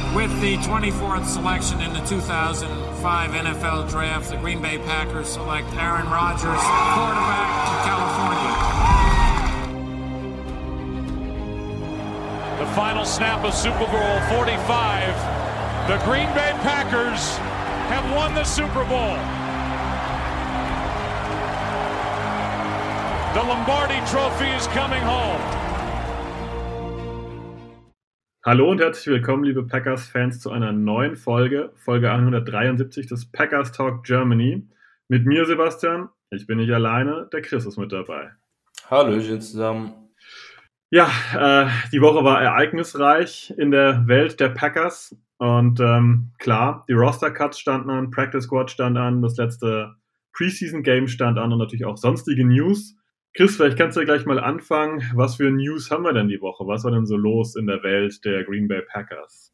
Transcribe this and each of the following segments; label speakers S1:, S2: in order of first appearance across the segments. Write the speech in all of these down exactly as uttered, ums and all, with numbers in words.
S1: With the twenty-fourth selection in the two thousand five N F L Draft, the Green Bay Packers select Aaron Rodgers, quarterback of California.
S2: The final snap of Super Bowl forty-five. The Green Bay Packers have won the Super Bowl. The Lombardi Trophy is coming home.
S3: Hallo und herzlich willkommen, liebe Packers-Fans, zu einer neuen Folge, Folge hundertdreiundsiebzig des Packers Talk Germany. Mit mir, Sebastian, ich bin nicht alleine, der Chris ist mit dabei.
S4: Hallöchen zusammen.
S3: Ja, äh, die Woche war ereignisreich in der Welt der Packers und ähm, klar, die Roster-Cuts standen an, Practice Squad stand an, das letzte Preseason-Game stand an und natürlich auch sonstige News. Chris, vielleicht kannst du ja gleich mal anfangen. Was für News haben wir denn die Woche? Was war denn so los in der Welt der Green Bay Packers?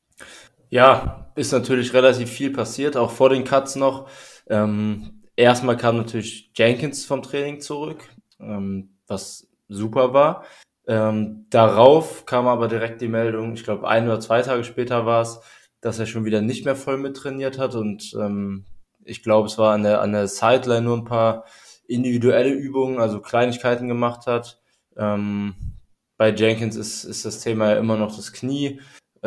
S4: Ja, ist natürlich relativ viel passiert, auch vor den Cuts noch. Ähm, erstmal kam natürlich Jenkins vom Training zurück, ähm, was super war. Ähm, darauf kam aber direkt die Meldung, ich glaube ein oder zwei Tage später war es, dass er schon wieder nicht mehr voll mittrainiert hat und ähm, ich glaube, es war an der, an der Sideline nur ein paar individuelle Übungen, also Kleinigkeiten gemacht hat. Ähm, bei Jenkins ist, ist das Thema ja immer noch das Knie.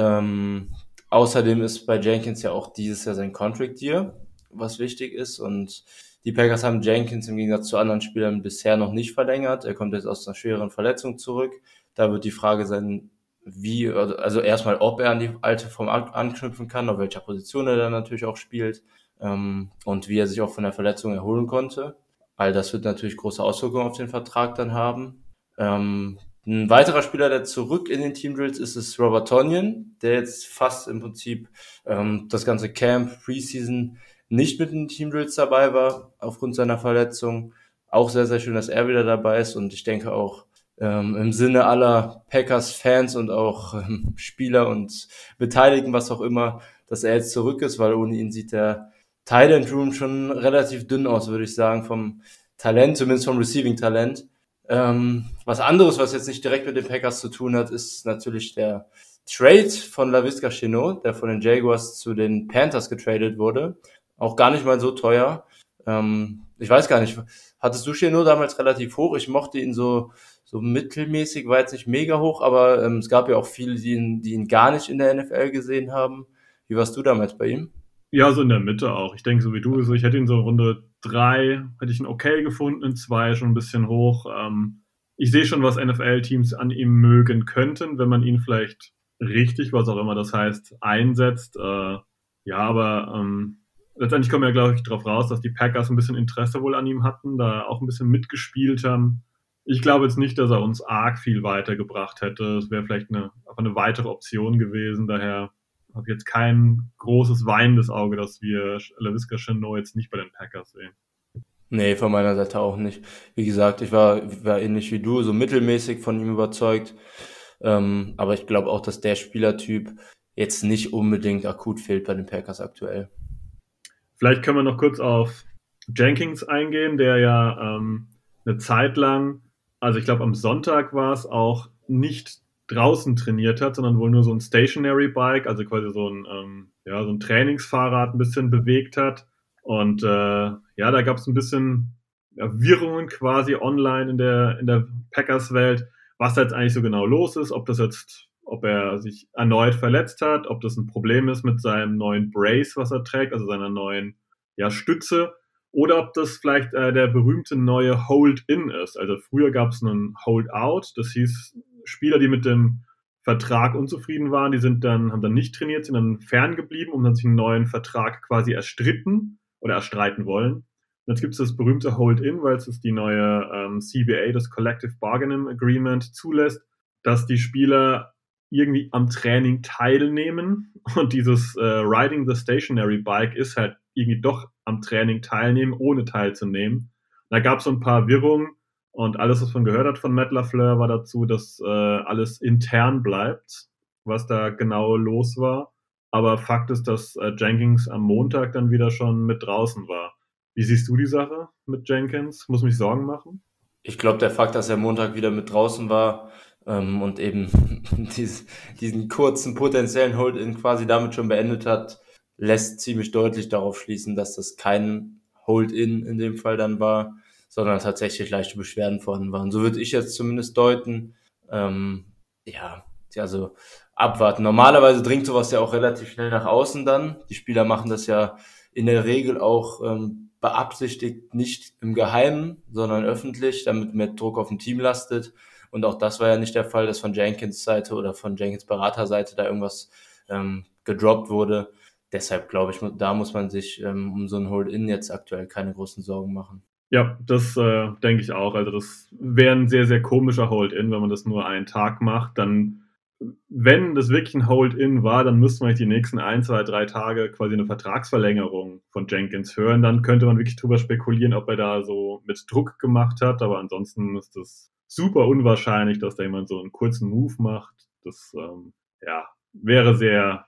S4: Ähm, außerdem ist bei Jenkins ja auch dieses Jahr sein Contract Year, was wichtig ist. Und die Packers haben Jenkins im Gegensatz zu anderen Spielern bisher noch nicht verlängert. Er kommt jetzt aus einer schweren Verletzung zurück. Da wird die Frage sein, wie, also erstmal, ob er an die alte Form anknüpfen kann, auf welcher Position er dann natürlich auch spielt, ähm, und wie er sich auch von der Verletzung erholen konnte. All das wird natürlich große Auswirkungen auf den Vertrag dann haben. Ähm, ein weiterer Spieler, der zurück in den Team-Drills ist, ist Robert Tonyan, der jetzt fast im Prinzip ähm, das ganze Camp, Preseason nicht mit den Team-Drills dabei war, aufgrund seiner Verletzung. Auch sehr, sehr schön, dass er wieder dabei ist und ich denke auch ähm, im Sinne aller Packers-Fans und auch ähm, Spieler und Beteiligten, was auch immer, dass er jetzt zurück ist, weil ohne ihn sieht der Tight End Room schon relativ dünn aus, würde ich sagen, vom Talent, zumindest vom Receiving-Talent. Ähm, was anderes, was jetzt nicht direkt mit den Packers zu tun hat, ist natürlich der Trade von Laviska Shenault, der von den Jaguars zu den Panthers getradet wurde. Auch gar nicht mal so teuer. Ähm, ich weiß gar nicht, hattest du Shenault damals relativ hoch? Ich mochte ihn so so mittelmäßig, war jetzt nicht mega hoch, aber ähm, es gab ja auch viele, die ihn, die ihn gar nicht in der N F L gesehen haben. Wie warst du damals bei ihm?
S3: Ja, so in der Mitte auch. Ich denke, so wie du, so ich hätte ihn so in Runde drei, hätte ich ihn okay gefunden, in zwei schon ein bisschen hoch. Ähm, ich sehe schon, was N F L-Teams an ihm mögen könnten, wenn man ihn vielleicht richtig, was auch immer das heißt, einsetzt. Äh, ja, aber ähm, letztendlich kommen wir, glaube ich, darauf raus, dass die Packers ein bisschen Interesse wohl an ihm hatten, da auch ein bisschen mitgespielt haben. Ich glaube jetzt nicht, dass er uns arg viel weitergebracht hätte. Es wäre vielleicht eine, einfach eine weitere Option gewesen, daher habe jetzt kein großes weinendes Auge, dass wir Laviska Shenault jetzt nicht bei den Packers sehen.
S4: Nee, von meiner Seite auch nicht. Wie gesagt, ich war, war ähnlich wie du, so mittelmäßig von ihm überzeugt. Ähm, aber ich glaube auch, dass der Spielertyp jetzt nicht unbedingt akut fehlt bei den Packers aktuell.
S3: Vielleicht können wir noch kurz auf Jenkins eingehen, der ja ähm, eine Zeit lang, also ich glaube am Sonntag war es, auch nicht draußen trainiert hat, sondern wohl nur so ein Stationary Bike, also quasi so ein, ähm, ja, so ein Trainingsfahrrad ein bisschen bewegt hat. Und äh, ja, da gab es ein bisschen ja, Wirrungen quasi online in der, in der Packers-Welt, was da jetzt eigentlich so genau los ist, ob das jetzt, ob er sich erneut verletzt hat, ob das ein Problem ist mit seinem neuen Brace, was er trägt, also seiner neuen ja, Stütze, oder ob das vielleicht äh, der berühmte neue Hold-In ist. Also früher gab es einen Hold-Out, das hieß, Spieler, die mit dem Vertrag unzufrieden waren, die sind dann, haben dann nicht trainiert, sind dann ferngeblieben und haben sich einen neuen Vertrag quasi erstritten oder erstreiten wollen. Und jetzt gibt es das berühmte Hold-In, weil es die neue ähm, C B A, das Collective Bargaining Agreement, zulässt, dass die Spieler irgendwie am Training teilnehmen und dieses äh, Riding the Stationary Bike ist halt irgendwie doch am Training teilnehmen, ohne teilzunehmen. Da gab es so ein paar Wirrungen. Und alles, was man gehört hat von Matt LaFleur, war dazu, dass äh, alles intern bleibt, was da genau los war. Aber Fakt ist, dass äh, Jenkins am Montag dann wieder schon mit draußen war. Wie siehst du die Sache mit Jenkins? Muss mich Sorgen machen?
S4: Ich glaube, der Fakt, dass er Montag wieder mit draußen war, ähm, und eben dies, diesen kurzen potenziellen Hold-In quasi damit schon beendet hat, lässt ziemlich deutlich darauf schließen, dass das kein Hold-In in dem Fall dann war, sondern tatsächlich leichte Beschwerden vorhanden waren. So würde ich jetzt zumindest deuten. Ähm, ja, also abwarten. Normalerweise dringt sowas ja auch relativ schnell nach außen dann. Die Spieler machen das ja in der Regel auch ähm, beabsichtigt nicht im Geheimen, sondern öffentlich, damit mehr Druck auf dem Team lastet. Und auch das war ja nicht der Fall, dass von Jenkins Seite oder von Jenkins Beraterseite da irgendwas ähm, gedroppt wurde. Deshalb glaube ich, da muss man sich ähm, um so ein Hold-In jetzt aktuell keine großen Sorgen machen.
S3: Ja, das äh, denke ich auch. Also das wäre ein sehr, sehr komischer Hold-In, wenn man das nur einen Tag macht. Dann, wenn das wirklich ein Hold-In war, dann müsste man die nächsten ein, zwei, drei Tage quasi eine Vertragsverlängerung von Jenkins hören. Dann könnte man wirklich drüber spekulieren, ob er da so mit Druck gemacht hat. Aber ansonsten ist das super unwahrscheinlich, dass da jemand so einen kurzen Move macht. Das ähm, ja, wäre sehr,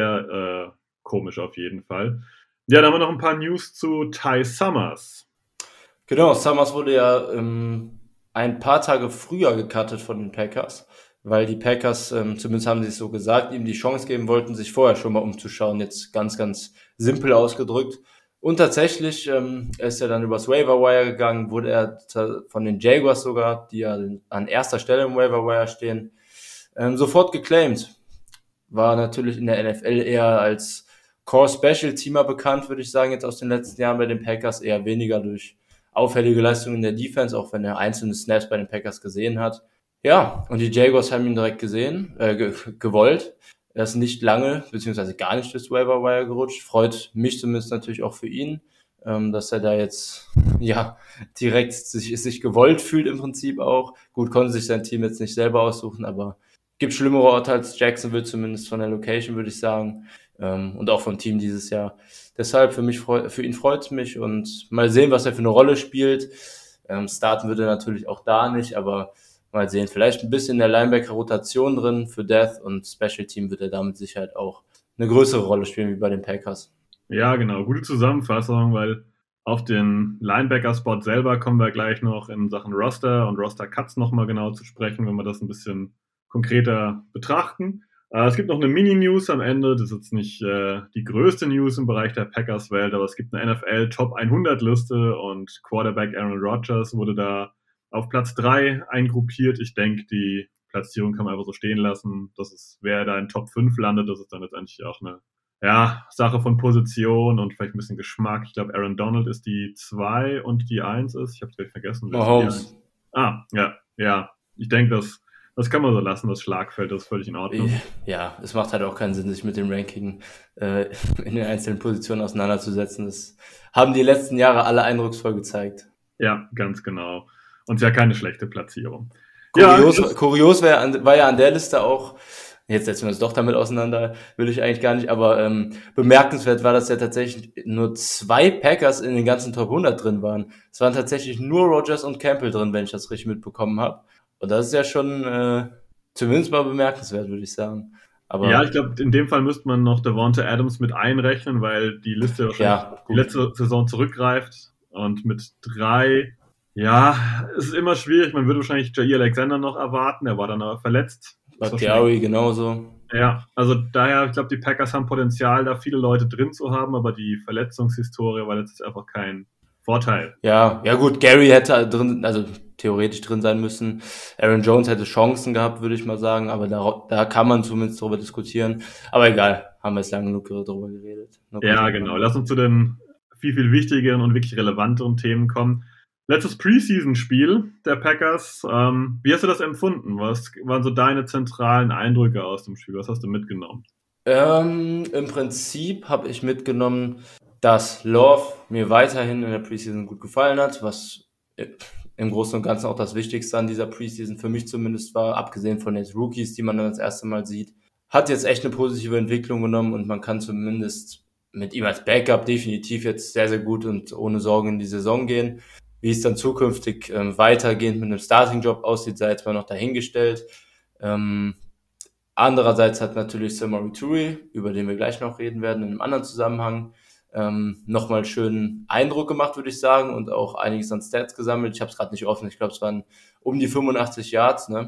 S3: sehr äh, komisch auf jeden Fall. Ja, dann haben wir noch ein paar News zu Ty Summers.
S4: Genau, Summers wurde ja ähm, ein paar Tage früher gecuttet von den Packers, weil die Packers, ähm, zumindest haben sie es so gesagt, ihm die Chance geben wollten, sich vorher schon mal umzuschauen, jetzt ganz, ganz simpel ausgedrückt. Und tatsächlich ähm, ist er dann übers Waiver Wire gegangen, wurde er von den Jaguars sogar, die ja an erster Stelle im Waiver Wire stehen, ähm, sofort geclaimed. War natürlich in der N F L eher als Core Special Teamer bekannt, würde ich sagen, jetzt aus den letzten Jahren bei den Packers, eher weniger durch auffällige Leistungen in der Defense, auch wenn er einzelne Snaps bei den Packers gesehen hat. Ja, und die Jaguars haben ihn direkt gesehen, äh, ge- gewollt. Er ist nicht lange, beziehungsweise gar nicht durchs Waiver Wire gerutscht. Freut mich zumindest natürlich auch für ihn, ähm, dass er da jetzt, ja, direkt sich, sich gewollt fühlt im Prinzip auch. Gut, konnte sich sein Team jetzt nicht selber aussuchen, aber gibt schlimmere Orte als Jacksonville, zumindest von der Location, würde ich sagen. Ähm, und auch vom Team dieses Jahr. Deshalb für mich freu- für ihn freut es mich und mal sehen, was er für eine Rolle spielt. Ähm, starten würde er natürlich auch da nicht, aber mal sehen, vielleicht ein bisschen in der Linebacker-Rotation drin für Death und Special Team wird er da mit Sicherheit auch eine größere Rolle spielen wie bei den Packers.
S3: Ja, genau. Gute Zusammenfassung, weil auf den Linebacker-Spot selber kommen wir gleich noch in Sachen Roster und Roster-Cuts nochmal genau zu sprechen, wenn wir das ein bisschen konkreter betrachten. Äh, es gibt noch eine Mini-News am Ende. Das ist jetzt nicht äh, die größte News im Bereich der Packers-Welt, aber es gibt eine N F L Top hundert-Liste und Quarterback Aaron Rodgers wurde da auf Platz drei eingruppiert. Ich denke, die Platzierung kann man einfach so stehen lassen. Das ist, wer da in Top fünf landet, das ist dann letztendlich auch eine ja, Sache von Position und vielleicht ein bisschen Geschmack. Ich glaube, Aaron Donald ist die zwei und die eins ist. Ich habe es gleich vergessen.
S4: Mahomes.
S3: Ah, ja, ja. Ich denke, das, das kann man so lassen, das Schlagfeld, das ist völlig in Ordnung.
S4: Ja, es macht halt auch keinen Sinn, sich mit dem Ranking äh, in den einzelnen Positionen auseinanderzusetzen. Das haben die letzten Jahre alle eindrucksvoll gezeigt.
S3: Ja, ganz genau. Und es ist ja keine schlechte Platzierung.
S4: Kurios,
S3: ja,
S4: kurios war, an, war ja an der Liste auch, jetzt setzen wir uns doch damit auseinander, will ich eigentlich gar nicht, aber ähm, bemerkenswert war, dass ja tatsächlich nur zwei Packers in den ganzen Top hundert drin waren. Es waren tatsächlich nur Rodgers und Campbell drin, wenn ich das richtig mitbekommen habe. Und das ist ja schon äh, zumindest mal bemerkenswert, würde ich sagen. Aber
S3: ja, ich glaube, in dem Fall müsste man noch Davante Adams mit einrechnen, weil die Liste wahrscheinlich
S4: ja,
S3: die letzte Saison zurückgreift. Und mit drei, ja, es ist immer schwierig. Man würde wahrscheinlich Jair Alexander noch erwarten, er war dann aber verletzt.
S4: Bakhtiari genauso.
S3: Ja, also daher, ich glaube, die Packers haben Potenzial, da viele Leute drin zu haben, aber die Verletzungshistorie war jetzt einfach kein Vorteil.
S4: Ja, ja gut, Gary hätte drin, also theoretisch drin sein müssen. Aaron Jones hätte Chancen gehabt, würde ich mal sagen, aber da, da kann man zumindest drüber diskutieren. Aber egal, haben wir jetzt lange genug drüber geredet. Nur
S3: ja, genau. Lass uns zu den viel, viel wichtigeren und wirklich relevanteren Themen kommen. Letztes Preseason-Spiel der Packers. Ähm, wie hast du das empfunden? Was waren so deine zentralen Eindrücke aus dem Spiel? Was hast du mitgenommen?
S4: Ähm, im Prinzip habe ich mitgenommen, dass Love mir weiterhin in der Preseason gut gefallen hat, was im Großen und Ganzen auch das Wichtigste an dieser Preseason für mich zumindest war, abgesehen von den Rookies, die man dann das erste Mal sieht. Hat jetzt echt eine positive Entwicklung genommen und man kann zumindest mit ihm als Backup definitiv jetzt sehr, sehr gut und ohne Sorgen in die Saison gehen. Wie es dann zukünftig ähm, weitergehend mit einem Starting-Job aussieht, sei jetzt mal noch dahingestellt. Ähm, andererseits hat natürlich Samori Toure, über den wir gleich noch reden werden, in einem anderen Zusammenhang, ähm, nochmal schönen Eindruck gemacht, würde ich sagen, und auch einiges an Stats gesammelt. Ich habe es gerade nicht offen, ich glaube, es waren um die fünfundachtzig Yards, ne?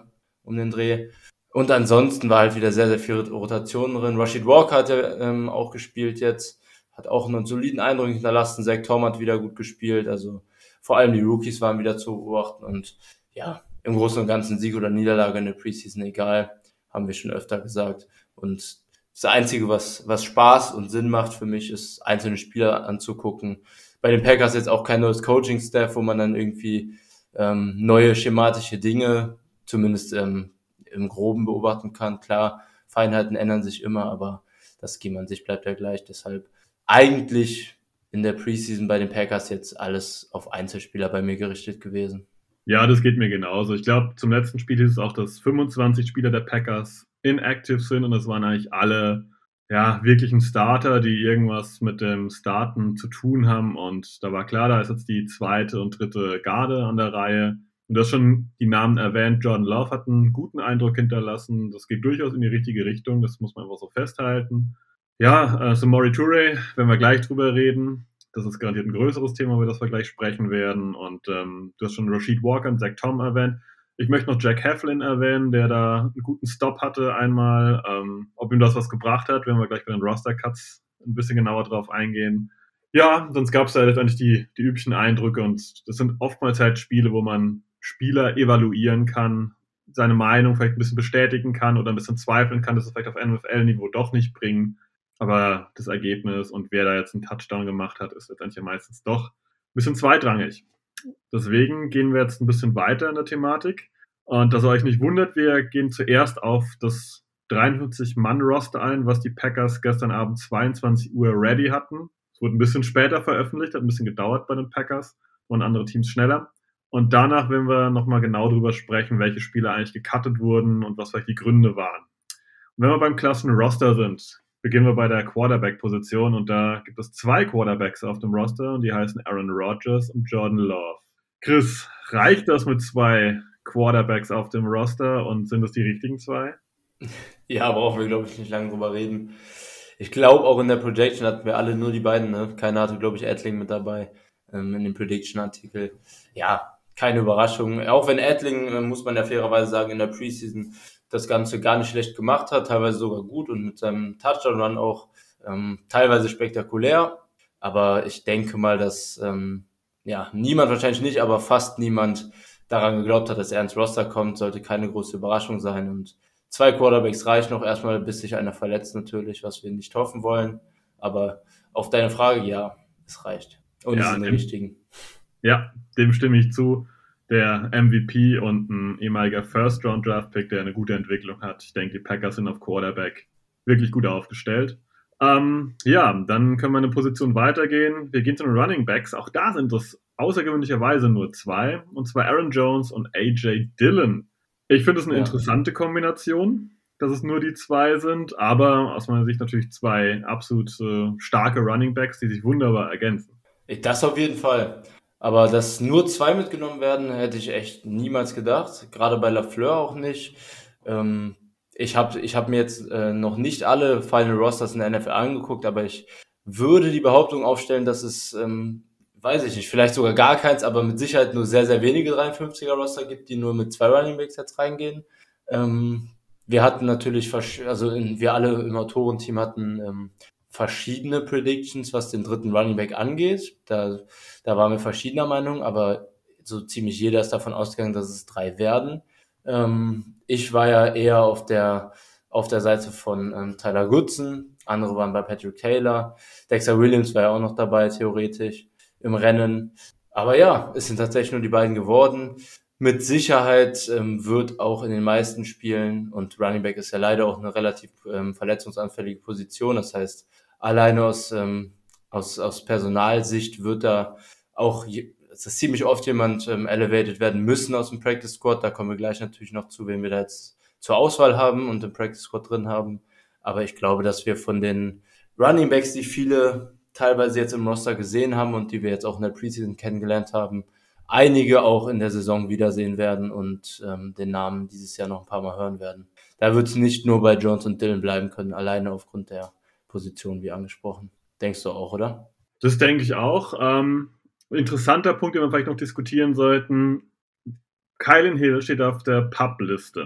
S4: um den Dreh. Und ansonsten war halt wieder sehr, sehr viel Rotation drin. Rashid Walker hat ja ähm, auch gespielt jetzt, hat auch einen soliden Eindruck hinterlassen. Zach Tom hat wieder gut gespielt, also vor allem die Rookies waren wieder zu beobachten und ja, im Großen und Ganzen Sieg oder Niederlage in der Preseason egal, haben wir schon öfter gesagt. Und das Einzige, was, was Spaß und Sinn macht für mich, ist, einzelne Spieler anzugucken. Bei den Packers jetzt auch kein neues Coaching-Staff, wo man dann irgendwie ähm, neue schematische Dinge, zumindest ähm, im Groben beobachten kann. Klar, Feinheiten ändern sich immer, aber das Scheme an sich bleibt ja gleich. Deshalb eigentlich in der Preseason bei den Packers jetzt alles auf Einzelspieler bei mir gerichtet gewesen.
S3: Ja, das geht mir genauso. Ich glaube, zum letzten Spiel hieß es auch, dass fünfundzwanzig Spieler der Packers inactive sind und das waren eigentlich alle ja, wirklichen Starter, die irgendwas mit dem Starten zu tun haben und da war klar, da ist jetzt die zweite und dritte Garde an der Reihe. Und du hast schon die Namen erwähnt, Jordan Love hat einen guten Eindruck hinterlassen. Das geht durchaus in die richtige Richtung, das muss man einfach so festhalten. Ja, äh, Samori Toure, wenn wir gleich drüber reden, das ist garantiert ein größeres Thema, über das wir gleich sprechen werden. Und ähm, du hast schon Rashid Walker und Zach Tom erwähnt. Ich möchte noch Jack Heflin erwähnen, der da einen guten Stop hatte einmal. Ähm, ob ihm das was gebracht hat, werden wir gleich bei den Roster-Cuts ein bisschen genauer drauf eingehen. Ja, sonst gab es ja letztendlich die, die üblichen Eindrücke und das sind oftmals halt Spiele, wo man Spieler evaluieren kann, seine Meinung vielleicht ein bisschen bestätigen kann oder ein bisschen zweifeln kann, dass es vielleicht auf N F L-Niveau doch nicht bringen. Aber das Ergebnis und wer da jetzt einen Touchdown gemacht hat, ist letztendlich meistens doch ein bisschen zweitrangig. Deswegen gehen wir jetzt ein bisschen weiter in der Thematik. Und dass ihr euch nicht wundert, wir gehen zuerst auf das dreiundfünfzig-Mann-Roster ein, was die Packers gestern Abend zweiundzwanzig Uhr ready hatten. Es wurde ein bisschen später veröffentlicht, hat ein bisschen gedauert bei den Packers und andere Teams schneller. Und danach werden wir nochmal genau drüber sprechen, welche Spieler eigentlich gecuttet wurden und was vielleicht die Gründe waren. Und wenn wir beim klassischen Roster sind, beginnen wir bei der Quarterback-Position und da gibt es zwei Quarterbacks auf dem Roster und die heißen Aaron Rodgers und Jordan Love. Chris, reicht das mit zwei Quarterbacks auf dem Roster und sind das die richtigen zwei?
S4: Ja, brauchen wir, glaube ich, nicht lange drüber reden. Ich glaube, auch in der Projection hatten wir alle nur die beiden, ne? Keiner hatte, glaube ich, Edling mit dabei ähm, in dem Prediction-Artikel. Ja, keine Überraschung. Auch wenn Edling, äh, muss man ja fairerweise sagen, in der Preseason das Ganze gar nicht schlecht gemacht hat, teilweise sogar gut und mit seinem Touchdown-Run auch ähm, teilweise spektakulär. Aber ich denke mal, dass ähm, ja niemand, wahrscheinlich nicht, aber fast niemand daran geglaubt hat, dass er ins Roster kommt. Sollte keine große Überraschung sein. Und zwei Quarterbacks reichen noch erstmal, bis sich einer verletzt natürlich, was wir nicht hoffen wollen. Aber auf deine Frage, ja, es reicht. Und
S3: ja,
S4: es sind die richtigen.
S3: Ja, dem stimme ich zu. Der M V P und ein ehemaliger First-Round-Draft-Pick, der eine gute Entwicklung hat. Ich denke, die Packers sind auf Quarterback wirklich gut aufgestellt. Ähm, ja, dann können wir eine Position weitergehen. Wir gehen zu den Running Backs. Auch da sind es außergewöhnlicherweise nur zwei. Und zwar Aaron Jones und A J Dillon. Ich finde es eine ja. interessante Kombination, dass es nur die zwei sind. Aber aus meiner Sicht natürlich zwei absolut äh, starke Running Backs, die sich wunderbar ergänzen.
S4: Das auf jeden Fall. Aber dass nur zwei mitgenommen werden, hätte ich echt niemals gedacht. Gerade bei LaFleur auch nicht. Ähm, ich habe ich hab mir jetzt äh, noch nicht alle Final Rosters in der N F L angeguckt, aber ich würde die Behauptung aufstellen, dass es, ähm, weiß ich nicht, vielleicht sogar gar keins, aber mit Sicherheit nur sehr, sehr wenige dreiundfünfziger Roster gibt, die nur mit zwei Running Backs jetzt reingehen. Ähm, wir hatten natürlich, also in, wir alle im Autorenteam hatten ähm, verschiedene Predictions, was den dritten Running Back angeht. Da, da waren wir verschiedener Meinung, aber so ziemlich jeder ist davon ausgegangen, dass es drei werden. Ähm, ich war ja eher auf der auf der Seite von ähm, Tyler Goodson, andere waren bei Patrick Taylor, Dexter Williams war ja auch noch dabei, theoretisch, im Rennen. Aber ja, es sind tatsächlich nur die beiden geworden. Mit Sicherheit ähm, wird auch in den meisten Spielen, und Running Back ist ja leider auch eine relativ ähm, verletzungsanfällige Position, das heißt, alleine aus, ähm, aus, aus Personalsicht wird da auch je, es ist ziemlich oft jemand ähm, elevated werden müssen aus dem Practice Squad. Da kommen wir gleich natürlich noch zu, wen wir da jetzt zur Auswahl haben und im Practice Squad drin haben. Aber ich glaube, dass wir von den Running Backs, die viele teilweise jetzt im Roster gesehen haben und die wir jetzt auch in der Preseason kennengelernt haben, einige auch in der Saison wiedersehen werden und ähm, den Namen dieses Jahr noch ein paar Mal hören werden. Da wird es nicht nur bei Jones und Dillon bleiben können, alleine aufgrund der Position, wie angesprochen. Denkst du auch, oder?
S3: Das denke ich auch. Ähm, interessanter Punkt, den wir vielleicht noch diskutieren sollten. Kylin Hill steht auf der P U P-Liste.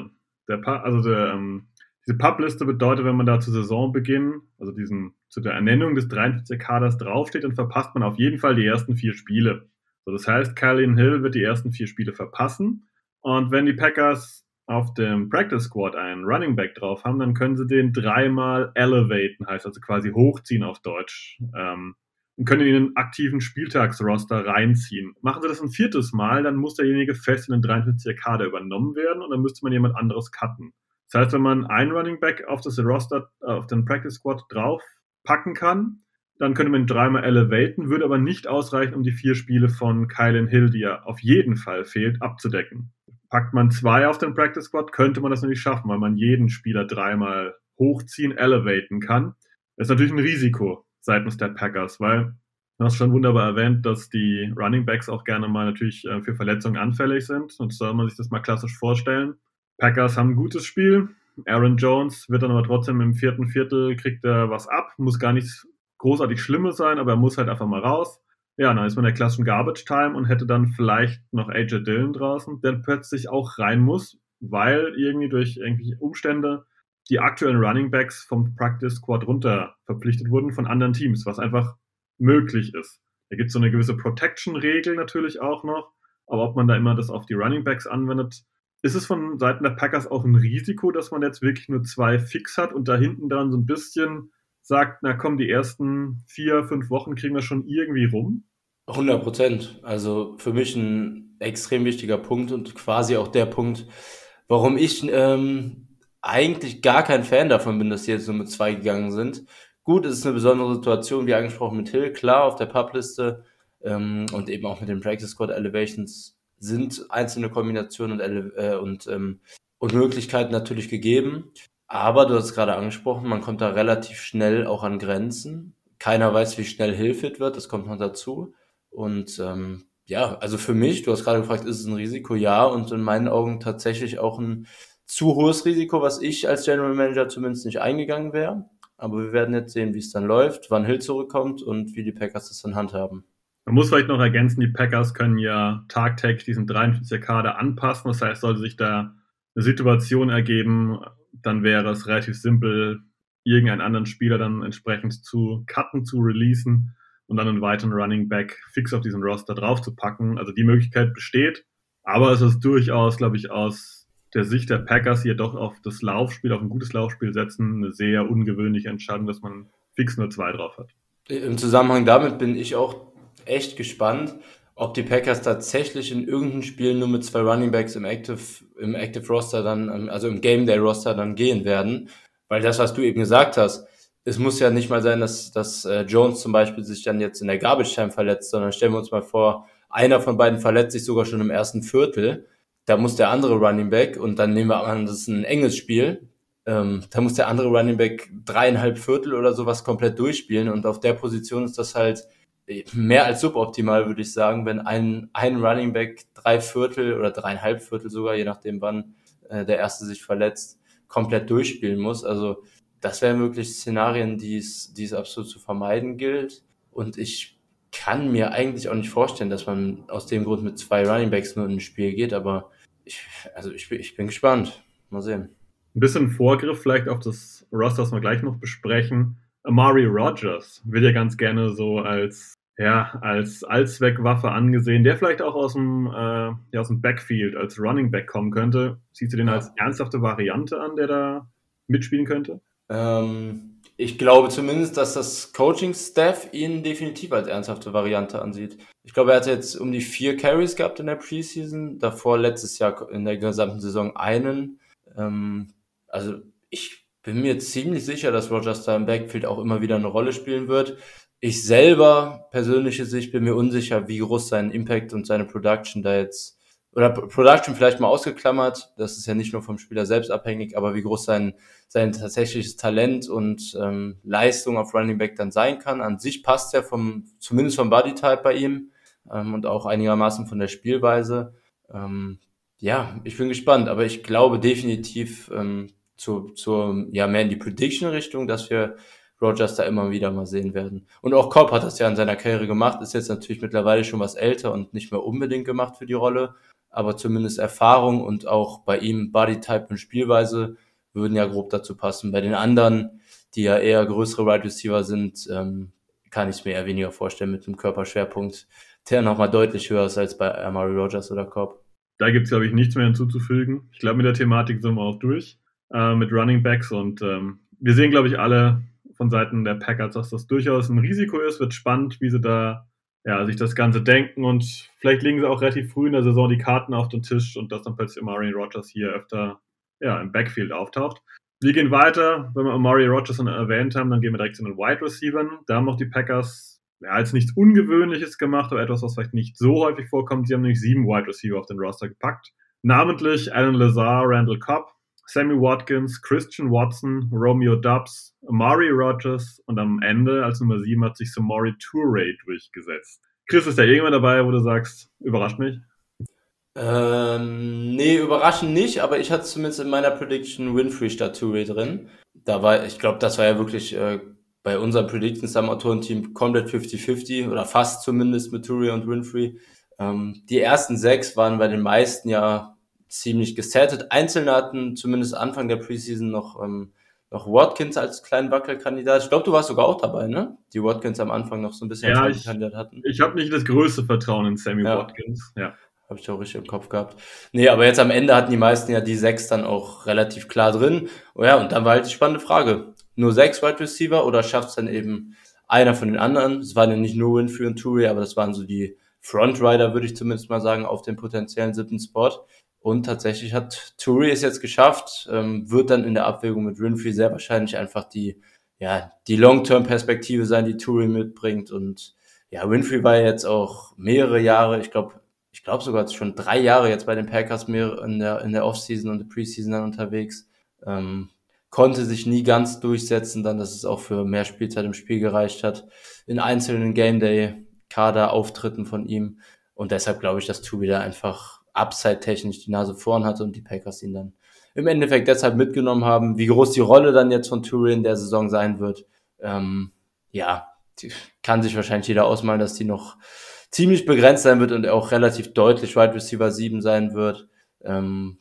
S3: der pa- also der, ähm, diese Publiste bedeutet, wenn man da zu Saisonbeginn, also diesen, zu der Ernennung des dreiundvierzig-Kaders draufsteht, dann verpasst man auf jeden Fall die ersten vier Spiele. So, das heißt, Kylin Hill wird die ersten vier Spiele verpassen. Und wenn die Packers auf dem Practice Squad einen Running Back drauf haben, dann können sie den dreimal elevaten, heißt also quasi hochziehen auf Deutsch, ähm, und können ihn in den aktiven Spieltagsroster reinziehen. Machen sie das ein viertes Mal, dann muss derjenige fest in den dreiundvierziger-Kader übernommen werden und dann müsste man jemand anderes cutten. Das heißt, wenn man einen Running Back auf das Roster, auf den Practice Squad drauf packen kann, dann könnte man ihn dreimal elevaten, würde aber nicht ausreichen, um die vier Spiele von Kylin Hill, die ja auf jeden Fall fehlt, abzudecken. Packt man zwei auf den Practice Squad, könnte man das nicht schaffen, weil man jeden Spieler dreimal hochziehen, elevaten kann. Das ist natürlich ein Risiko seitens der Packers, weil du hast schon wunderbar erwähnt, dass die Running Backs auch gerne mal natürlich äh, für Verletzungen anfällig sind. Und soll man sich das mal klassisch vorstellen. Packers haben ein gutes Spiel. Aaron Jones wird dann aber trotzdem im vierten Viertel, kriegt er was ab. Muss gar nichts großartig Schlimmes sein, aber er muss halt einfach mal raus. Ja, dann ist man in der klassischen Garbage Time und hätte dann vielleicht noch A J Dillon draußen, der plötzlich auch rein muss, weil irgendwie durch irgendwelche Umstände die aktuellen Running Backs vom Practice Squad runter verpflichtet wurden von anderen Teams, was einfach möglich ist. Da gibt es so eine gewisse Protection-Regel natürlich auch noch, aber ob man da immer das auf die Running Backs anwendet, ist es von Seiten der Packers auch ein Risiko, dass man jetzt wirklich nur zwei fix hat und da hinten dran so ein bisschen sagt, na komm, die ersten vier, fünf Wochen kriegen wir schon irgendwie rum?
S4: hundert Prozent. Also für mich ein extrem wichtiger Punkt und quasi auch der Punkt, warum ich ähm, eigentlich gar kein Fan davon bin, dass die jetzt nur mit zwei gegangen sind. Gut, es ist eine besondere Situation, wie angesprochen mit Hill, klar, auf der Publiste ähm, und eben auch mit den Practice Squad Elevations sind einzelne Kombinationen und, Ele- äh, und, ähm, und Möglichkeiten natürlich gegeben. Aber du hast es gerade angesprochen, man kommt da relativ schnell auch an Grenzen. Keiner weiß, wie schnell Hill fit wird, das kommt noch dazu. Und ähm, ja, also für mich, du hast gerade gefragt, ist es ein Risiko? Ja, und in meinen Augen tatsächlich auch ein zu hohes Risiko, was ich als General Manager zumindest nicht eingegangen wäre. Aber wir werden jetzt sehen, wie es dann läuft, wann Hill zurückkommt und wie die Packers das dann handhaben.
S3: Man muss vielleicht noch ergänzen, die Packers können ja tagtäglich diesen dreiundvierziger-Kader anpassen. Das heißt, sollte sich da eine Situation ergeben, dann wäre es relativ simpel, irgendeinen anderen Spieler dann entsprechend zu cutten, zu releasen und dann einen weiteren Running Back fix auf diesen Roster draufzupacken. Also die Möglichkeit besteht, aber es ist durchaus, glaube ich, aus der Sicht der Packers, die ja doch auf das Laufspiel, auf ein gutes Laufspiel setzen, eine sehr ungewöhnliche Entscheidung, dass man fix nur zwei drauf hat.
S4: Im Zusammenhang damit bin ich auch echt gespannt, ob die Packers tatsächlich in irgendeinem Spiel nur mit zwei Running Backs im Active, im Active Roster dann, also im Game Day Roster dann gehen werden. Weil das, was du eben gesagt hast, es muss ja nicht mal sein, dass, dass äh, Jones zum Beispiel sich dann jetzt in der Garbage Time verletzt, sondern stellen wir uns mal vor, einer von beiden verletzt sich sogar schon im ersten Viertel. Da muss der andere Running Back, und dann nehmen wir an, das ist ein enges Spiel, ähm, da muss der andere Running Back dreieinhalb Viertel oder sowas komplett durchspielen, und auf der Position ist das halt mehr als suboptimal, würde ich sagen, wenn ein, ein Running Back drei Viertel oder dreieinhalb Viertel sogar, je nachdem wann äh, der erste sich verletzt, komplett durchspielen muss. Also das wären wirklich Szenarien, die es, die es absolut zu vermeiden gilt. Und ich kann mir eigentlich auch nicht vorstellen, dass man aus dem Grund mit zwei Running Backs nur in ein Spiel geht, aber ich, also ich, ich bin gespannt. Mal sehen.
S3: Ein bisschen Vorgriff vielleicht auf das Roster, das wir gleich noch besprechen. Amari Rodgers wird ja ganz gerne so als, ja, als Allzweckwaffe angesehen, der vielleicht auch aus dem, äh, ja, aus dem Backfield als Running Back kommen könnte. Siehst du den als ernsthafte Variante an, der da mitspielen könnte?
S4: Ähm, ich glaube zumindest, dass das Coaching-Staff ihn definitiv als ernsthafte Variante ansieht. Ich glaube, er hat jetzt um die vier Carries gehabt in der Preseason, davor letztes Jahr in der gesamten Saison einen. Ähm, also ich bin mir ziemlich sicher, dass Rodgers da im Backfield auch immer wieder eine Rolle spielen wird. Ich selber, persönliche Sicht, bin mir unsicher, wie groß sein Impact und seine Production da jetzt, oder Production vielleicht mal ausgeklammert, das ist ja nicht nur vom Spieler selbst abhängig, aber wie groß sein, sein tatsächliches Talent und ähm, Leistung auf Running Back dann sein kann. An sich passt er vom, zumindest vom Bodytype bei ihm ähm, und auch einigermaßen von der Spielweise. Ähm, ja, ich bin gespannt, aber ich glaube definitiv ähm, zur, zur, ja, mehr in die Prediction-Richtung, dass wir Rodgers da immer wieder mal sehen werden. Und auch Cobb hat das ja in seiner Karriere gemacht, ist jetzt natürlich mittlerweile schon was älter und nicht mehr unbedingt gemacht für die Rolle. aber zumindest Erfahrung und auch bei ihm Bodytype und Spielweise würden ja grob dazu passen. Bei den anderen, die ja eher größere Wide Receiver sind, ähm, kann ich es mir eher weniger vorstellen mit einem Körperschwerpunkt, der nochmal deutlich höher ist als bei Amari Rodgers oder Cobb.
S3: Da gibt es, glaube ich, nichts mehr hinzuzufügen. Ich glaube, mit der Thematik sind wir auch durch, äh, mit Running Backs. Und ähm, wir sehen, glaube ich, alle von Seiten der Packers, dass das durchaus ein Risiko ist. Wird spannend, wie sie da ja, sich das Ganze denken. Und vielleicht legen sie auch relativ früh in der Saison die Karten auf den Tisch und dass dann plötzlich Amari Rodgers hier öfter ja, im Backfield auftaucht. Wir gehen weiter. Wenn wir Amari Rodgers dann erwähnt haben, dann gehen wir direkt zu den Wide Receivern. Da haben auch die Packers ja, jetzt nichts Ungewöhnliches gemacht, aber etwas, was vielleicht nicht so häufig vorkommt. Sie haben nämlich sieben Wide Receiver auf den Roster gepackt. Namentlich Alan Lazar, Randall Cobb, Sammy Watkins, Christian Watson, Romeo Doubs, Amari Rodgers und am Ende als Nummer sieben hat sich Samori Toure durchgesetzt. Chris, ist da irgendwann dabei, wo du sagst, überrascht mich?
S4: Ähm, nee, überraschend nicht, aber ich hatte zumindest in meiner Prediction Winfrey statt Toure drin. Da war, ich glaube, das war ja wirklich äh, bei unserem Predictions am Autorenteam komplett fifty fifty oder fast zumindest mit Toure und Winfrey. Ähm, die ersten sechs waren bei den meisten ja ziemlich gesettet. Einzelne hatten zumindest Anfang der Preseason noch ähm, noch Watkins als kleinen Wackelkandidat. Ich glaube, du warst sogar auch dabei, ne? Die Watkins am Anfang noch so ein bisschen
S3: ja,
S4: als
S3: ich,
S4: Kandidat hatten.
S3: Ich habe nicht das größte Vertrauen in Sammy ja. Watkins. Ja.
S4: Habe ich auch richtig im Kopf gehabt. Nee, aber jetzt am Ende hatten die meisten ja die sechs dann auch relativ klar drin. Oh ja, und dann war halt die spannende Frage. Nur sechs Wide Receiver oder schafft es dann eben einer von den anderen? Es waren ja nicht nur Winfrey und Toure, aber das waren so die Frontrider, würde ich zumindest mal sagen, auf den potenziellen siebten Spot. Und tatsächlich hat Toure es jetzt geschafft, ähm, wird dann in der Abwägung mit Winfrey sehr wahrscheinlich einfach die, ja, die Long-Term-Perspektive sein, die Toure mitbringt. Und ja, Winfrey war jetzt auch mehrere Jahre, ich glaube, ich glaube sogar schon drei Jahre jetzt bei den Packers mehr in der, in der Offseason und der Preseason dann unterwegs. Ähm, konnte sich nie ganz durchsetzen, dann, dass es auch für mehr Spielzeit im Spiel gereicht hat. In einzelnen Game-Day-Kader-Auftritten von ihm. Und deshalb glaube ich, dass Toure da einfach upside-technisch die Nase vorn hatte und die Packers ihn dann im Endeffekt deshalb mitgenommen haben. Wie groß die Rolle dann jetzt von Toure in der Saison sein wird, ähm, ja, kann sich wahrscheinlich jeder ausmalen, dass die noch ziemlich begrenzt sein wird und auch relativ deutlich Wide Receiver sieben sein wird. Ähm,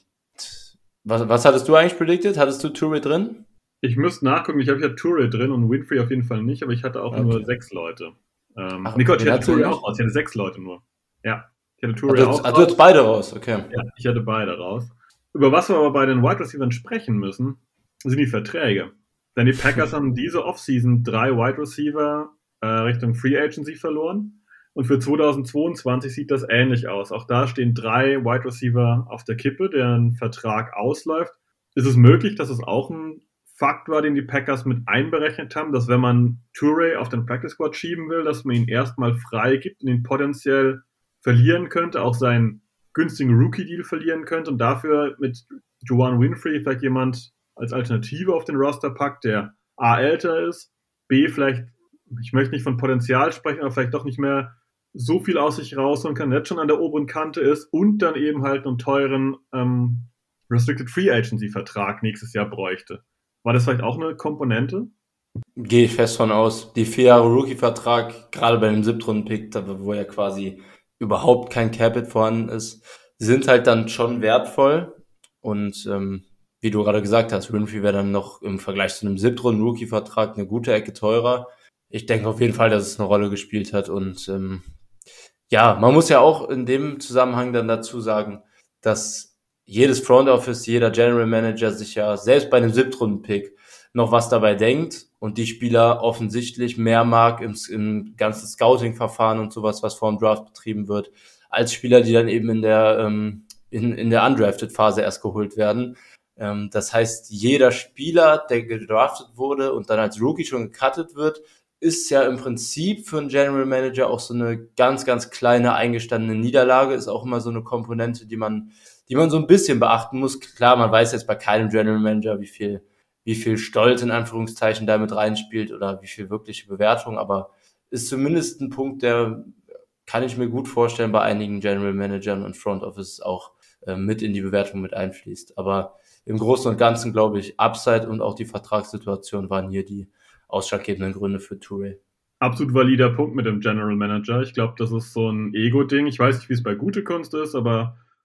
S4: was, was hattest du eigentlich predicted? Hattest du Toure drin?
S3: Ich müsste nachgucken, ich habe ja Toure drin und Winfrey auf jeden Fall nicht, aber ich hatte auch okay. nur sechs Leute. Ähm, Ach, nee, Gott, ich hatte Toure auch raus, ich hatte sechs Leute nur. Ja, ich hatte Toure auch raus.
S4: Also jetzt beide raus, okay.
S3: Ja, ich hatte beide raus. Über was wir aber bei den Wide Receivers sprechen müssen, sind die Verträge. Denn die Packers haben diese Offseason drei Wide Receiver äh, Richtung Free Agency verloren. Und für zweitausendzweiundzwanzig sieht das ähnlich aus. Auch da stehen drei Wide Receiver auf der Kippe, deren Vertrag ausläuft. Ist es möglich, dass es auch ein Fakt war, den die Packers mit einberechnet haben, dass wenn man Toure auf den Practice Squad schieben will, dass man ihn erstmal frei gibt und ihn potenziell verlieren könnte, auch seinen günstigen Rookie-Deal verlieren könnte und dafür mit Juwan Winfrey vielleicht jemand als Alternative auf den Roster packt, der A älter ist, B vielleicht, ich möchte nicht von Potenzial sprechen, aber vielleicht doch nicht mehr so viel aus sich rausholen kann, jetzt schon an der oberen Kante ist und dann eben halt einen teuren ähm, Restricted Free Agency Vertrag nächstes Jahr bräuchte. War das vielleicht auch eine Komponente?
S4: Gehe ich fest von aus. Die vier Jahre Rookie-Vertrag, gerade bei dem Siebtrunden-Pick, wo ja quasi überhaupt kein Capit vorhanden ist, sind halt dann schon wertvoll. Und ähm, wie du gerade gesagt hast, Winfrey wäre dann noch im Vergleich zu einem Siebtrunden-Rookie-Vertrag eine gute Ecke teurer. Ich denke auf jeden Fall, dass es eine Rolle gespielt hat. Und ähm, ja, man muss ja auch in dem Zusammenhang dann dazu sagen, dass jedes Front Office, jeder General Manager sich ja selbst bei einem Siebtrunden-Pick noch was dabei denkt und die Spieler offensichtlich mehr mag im, im ganzen Scouting-Verfahren und sowas, was vor dem Draft betrieben wird, als Spieler, die dann eben in der ähm, in, in der Undrafted-Phase erst geholt werden. Ähm, das heißt, jeder Spieler, der gedraftet wurde und dann als Rookie schon gecuttet wird, ist ja im Prinzip für einen General Manager auch so eine ganz, ganz kleine eingestandene Niederlage, ist auch immer so eine Komponente, die man, die man so ein bisschen beachten muss. Klar, man weiß jetzt bei keinem General Manager, wie viel, wie viel Stolz in Anführungszeichen damit reinspielt oder wie viel wirkliche Bewertung, aber ist zumindest ein Punkt, der kann ich mir gut vorstellen, bei einigen General Managern und Front Office auch äh, mit in die Bewertung mit einfließt. Aber im Großen und Ganzen, glaube ich, Upside und auch die Vertragssituation waren hier die ausschlaggebenden Gründe für Toure.
S3: Absolut valider Punkt mit dem General Manager. Ich glaube, das ist so ein Ego-Ding. Ich weiß nicht, wie es bei Gutekunst ist, aber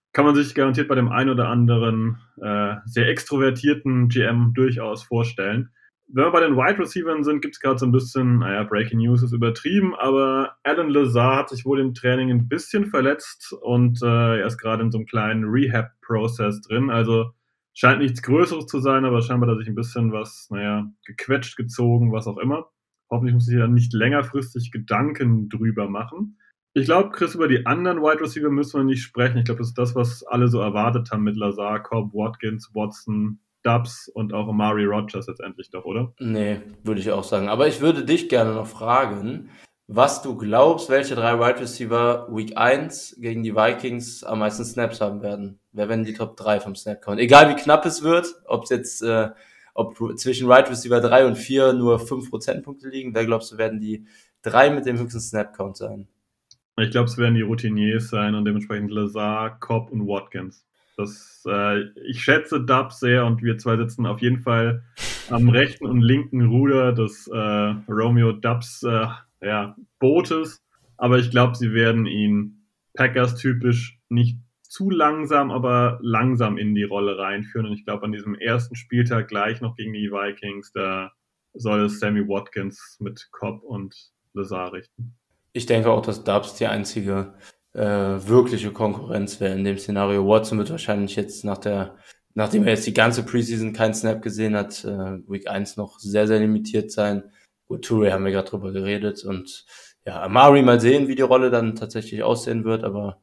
S3: kann man sich garantiert bei dem einen oder anderen äh, sehr extrovertierten G M durchaus vorstellen. Wenn wir bei den Wide Receivers sind, gibt es gerade so ein bisschen, naja, Breaking News ist übertrieben, aber Allen Lazard hat sich wohl im Training ein bisschen verletzt und äh, er ist gerade in so einem kleinen Rehab-Prozess drin. Also scheint nichts Größeres zu sein, aber scheinbar hat er sich ein bisschen was, naja, gequetscht, gezogen, was auch immer. Hoffentlich muss ich dann nicht längerfristig Gedanken drüber machen. Ich glaube, Chris, über die anderen Wide Receiver müssen wir nicht sprechen. Ich glaube, das ist das, was alle so erwartet haben mit Lazard, Cobb, Watkins, Watson, Dubs und auch Amari Rodgers letztendlich doch, oder?
S4: Nee, würde ich auch sagen. Aber ich würde dich gerne noch fragen, was du glaubst, welche drei Wide Receiver Week eins gegen die Vikings am meisten Snaps haben werden. Wer werden die Top drei vom Snap Count? Egal wie knapp es wird, ob es jetzt, äh, ob zwischen Wide Receiver drei und vier nur fünf Prozentpunkte liegen, wer glaubst du, werden die drei mit dem höchsten Snap Count sein?
S3: Ich glaube, es werden die Routiniers sein und dementsprechend Lazard, Cobb und Watkins. Das, äh, ich schätze Dubs sehr und wir zwei sitzen auf jeden Fall am rechten und linken Ruder des äh, Romeo Dubs äh, ja, Bootes. Aber ich glaube, sie werden ihn Packers-typisch nicht zu langsam, aber langsam in die Rolle reinführen. Und ich glaube, an diesem ersten Spieltag gleich noch gegen die Vikings, da soll es Sammy Watkins mit Cobb und Lazard richten.
S4: Ich denke auch, dass Dubs die einzige äh, wirkliche Konkurrenz wäre in dem Szenario. Watson wird wahrscheinlich jetzt nach der, nachdem er jetzt die ganze Preseason keinen Snap gesehen hat, äh, Week eins noch sehr, sehr limitiert sein. Gut, Touré haben wir gerade drüber geredet und ja, Amari mal sehen, wie die Rolle dann tatsächlich aussehen wird, aber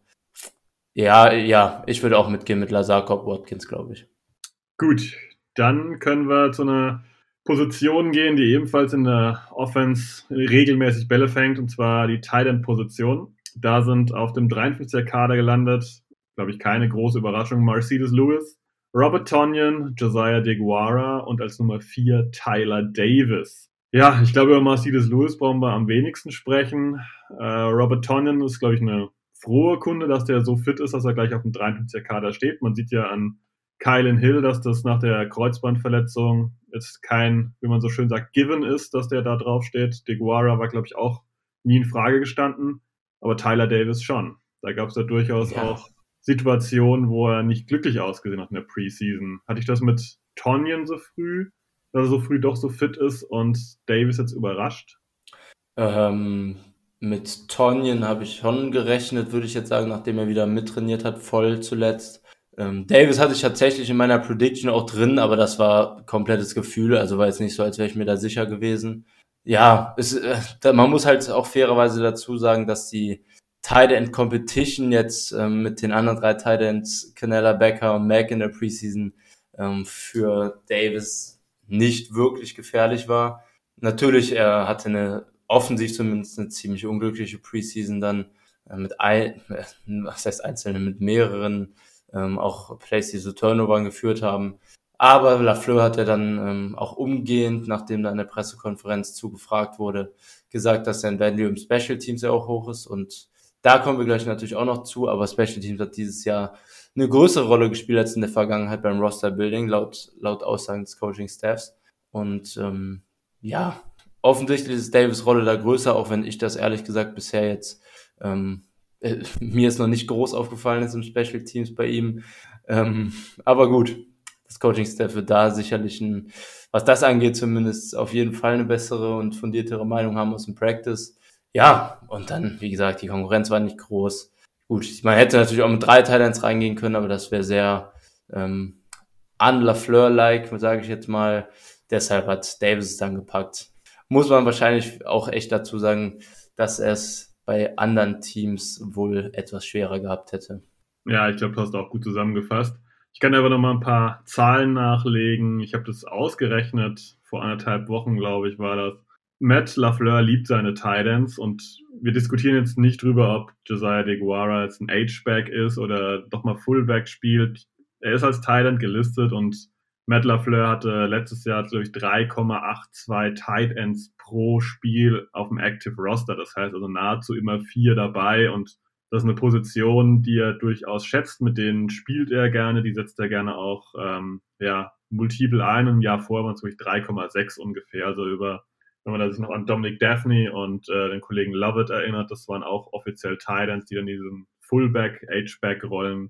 S4: ja, ja, ich würde auch mitgehen mit Lazard, Cobb, Watkins, glaube ich.
S3: Gut, dann können wir zu einer Position gehen, die ebenfalls in der Offense regelmäßig Bälle fängt, und zwar die Tight End Position. Da sind auf dem dreiundfünfziger Kader gelandet, glaube ich, keine große Überraschung, Marcedes Lewis, Robert Tonyan, Josiah DeGuara und als Nummer vier Tyler Davis. Ja, ich glaube, über Marcedes Lewis brauchen wir am wenigsten sprechen. Äh, Robert Tonyan ist, glaube ich, eine frohe Kunde, dass der so fit ist, dass er gleich auf dem dreiundfünfziger Kader steht. Man sieht ja an Kylin Hill, dass das nach der Kreuzbandverletzung jetzt kein, wie man so schön sagt, Given ist, dass der da drauf steht. DeGuara war, glaube ich, auch nie in Frage gestanden, aber Tyler Davis schon. Da gab es ja durchaus ja. auch Situationen, wo er nicht glücklich ausgesehen hat in der Preseason. Hatte ich das mit Tonyan so früh, dass er so früh doch so fit ist und Davis jetzt überrascht?
S4: Ähm, mit Tonyan habe ich schon gerechnet, würde ich jetzt sagen, nachdem er wieder mittrainiert hat, voll zuletzt. Ähm, Davis hatte ich tatsächlich in meiner Prediction auch drin, aber das war komplettes Gefühl, also war jetzt nicht so, als wäre ich mir da sicher gewesen. Ja, es, äh, da, man muss halt auch fairerweise dazu sagen, dass die Tight End Competition jetzt ähm, mit den anderen drei Tight Ends, Canella, Becker und Mack in der Preseason ähm, für Davis nicht wirklich gefährlich war. Natürlich, er hatte eine offensiv zumindest eine ziemlich unglückliche Preseason dann äh, mit ein, äh, was heißt einzelne, mit mehreren ähm, auch Plays, die so Turnover geführt haben. Aber Lafleur hat ja dann ähm, auch umgehend, nachdem da in der Pressekonferenz zugefragt wurde, gesagt, dass sein Value im Special Teams ja auch hoch ist und da kommen wir gleich natürlich auch noch zu, aber Special Teams hat dieses Jahr eine größere Rolle gespielt als in der Vergangenheit beim Roster Building, laut, laut Aussagen des Coaching Staffs. Und ähm, ja, offensichtlich ist Davis' Rolle da größer, auch wenn ich das ehrlich gesagt bisher jetzt, ähm, äh, mir ist noch nicht groß aufgefallen ist im Special Teams bei ihm. Ähm, aber gut, das Coaching Staff wird da sicherlich, ein, was das angeht zumindest, auf jeden Fall eine bessere und fundiertere Meinung haben aus dem Practice. Ja, und dann, wie gesagt, die Konkurrenz war nicht groß. Gut, man hätte natürlich auch mit drei Titans reingehen können, aber das wäre sehr ähm, an Lafleur-like, sage ich jetzt mal. Deshalb hat Davis es dann gepackt. Muss man wahrscheinlich auch echt dazu sagen, dass er es bei anderen Teams wohl etwas schwerer gehabt hätte.
S3: Ja, ich glaube, du hast auch gut zusammengefasst. Ich kann aber noch mal ein paar Zahlen nachlegen. Ich habe das ausgerechnet, vor anderthalb Wochen, glaube ich, war das. Matt Lafleur liebt seine Tight Ends und wir diskutieren jetzt nicht drüber, ob Josiah DeGuara jetzt ein H-Back ist oder doch mal Fullback spielt. Er ist als Tight End gelistet und Matt Lafleur hatte letztes Jahr, glaube ich, drei Komma zweiundachtzig Tight Ends pro Spiel auf dem Active Roster. Das heißt also nahezu immer vier dabei und das ist eine Position, die er durchaus schätzt, mit denen spielt er gerne, die setzt er gerne auch ähm, ja, multiple ein. Im Jahr vorher waren es wirklich drei Komma sechs ungefähr, also über, wenn man sich noch an Dominic Daphne und äh, den Kollegen Lovett erinnert, das waren auch offiziell Tight Ends, die dann in diesen Fullback, H-Back-Rollen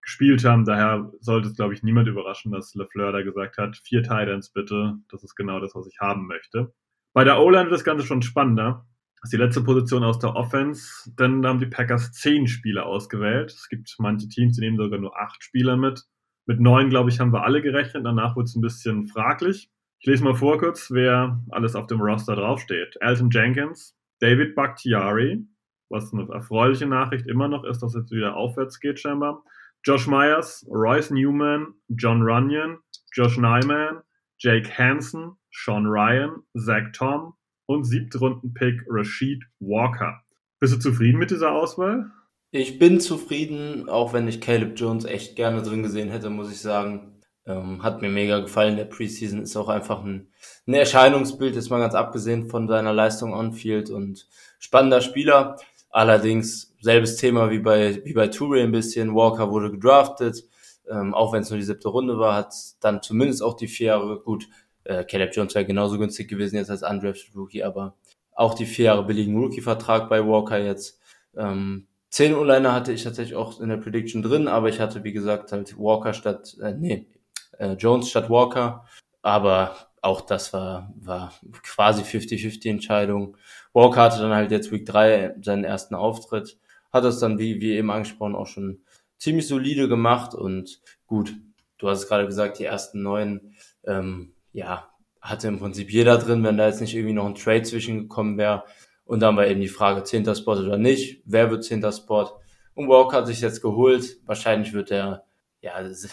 S3: gespielt haben. Daher sollte es, glaube ich, niemand überraschen, dass LaFleur da gesagt hat, vier Tight Ends bitte, das ist genau das, was ich haben möchte. Bei der O-Line wird das Ganze schon spannender. Das ist die letzte Position aus der Offense, denn da haben die Packers zehn Spieler ausgewählt. Es gibt manche Teams, die nehmen sogar nur acht Spieler mit. Mit neun, glaube ich, haben wir alle gerechnet. Danach wurde es ein bisschen fraglich. Ich lese mal vor kurz, wer alles auf dem Roster draufsteht. Elgton Jenkins, David Bakhtiari, was eine erfreuliche Nachricht immer noch ist, dass es jetzt wieder aufwärts geht scheinbar. Josh Myers, Royce Newman, John Runyon, Josh Nyman, Jake Hansen, Sean Ryan, Zach Tom und Siebtrunden-Pick Rashid Walker. Bist du zufrieden mit dieser Auswahl?
S4: Ich bin zufrieden, auch wenn ich Caleb Jones echt gerne drin gesehen hätte, muss ich sagen. Ähm, hat mir mega gefallen. Der Preseason ist auch einfach ein, ein Erscheinungsbild, ist mal ganz abgesehen von seiner Leistung on-field und spannender Spieler. Allerdings selbes Thema wie bei wie bei Toure ein bisschen. Walker wurde gedraftet, ähm, auch wenn es nur die siebte Runde war, hat dann zumindest auch die vier Jahre, gut, äh, Caleb Jones wäre genauso günstig gewesen jetzt als undrafted Rookie, aber auch die vier Jahre billigen Rookie-Vertrag bei Walker jetzt. Ähm, zehn O-Liner hatte ich tatsächlich auch in der Prediction drin, aber ich hatte, wie gesagt, halt Walker statt, äh, nee, äh, Jones statt Walker, aber auch das war war quasi fifty-fifty Entscheidung. Walker hatte dann halt jetzt Week drei seinen ersten Auftritt, hat das dann, wie wie eben angesprochen, auch schon ziemlich solide gemacht und gut, du hast es gerade gesagt, die ersten neun, ähm, ja, hatte im Prinzip jeder drin, wenn da jetzt nicht irgendwie noch ein Trade zwischengekommen wäre. Und dann war eben die Frage, zehnter Spot oder nicht, wer wird zehnter Spot? Und Walker hat sich jetzt geholt, wahrscheinlich wird er ja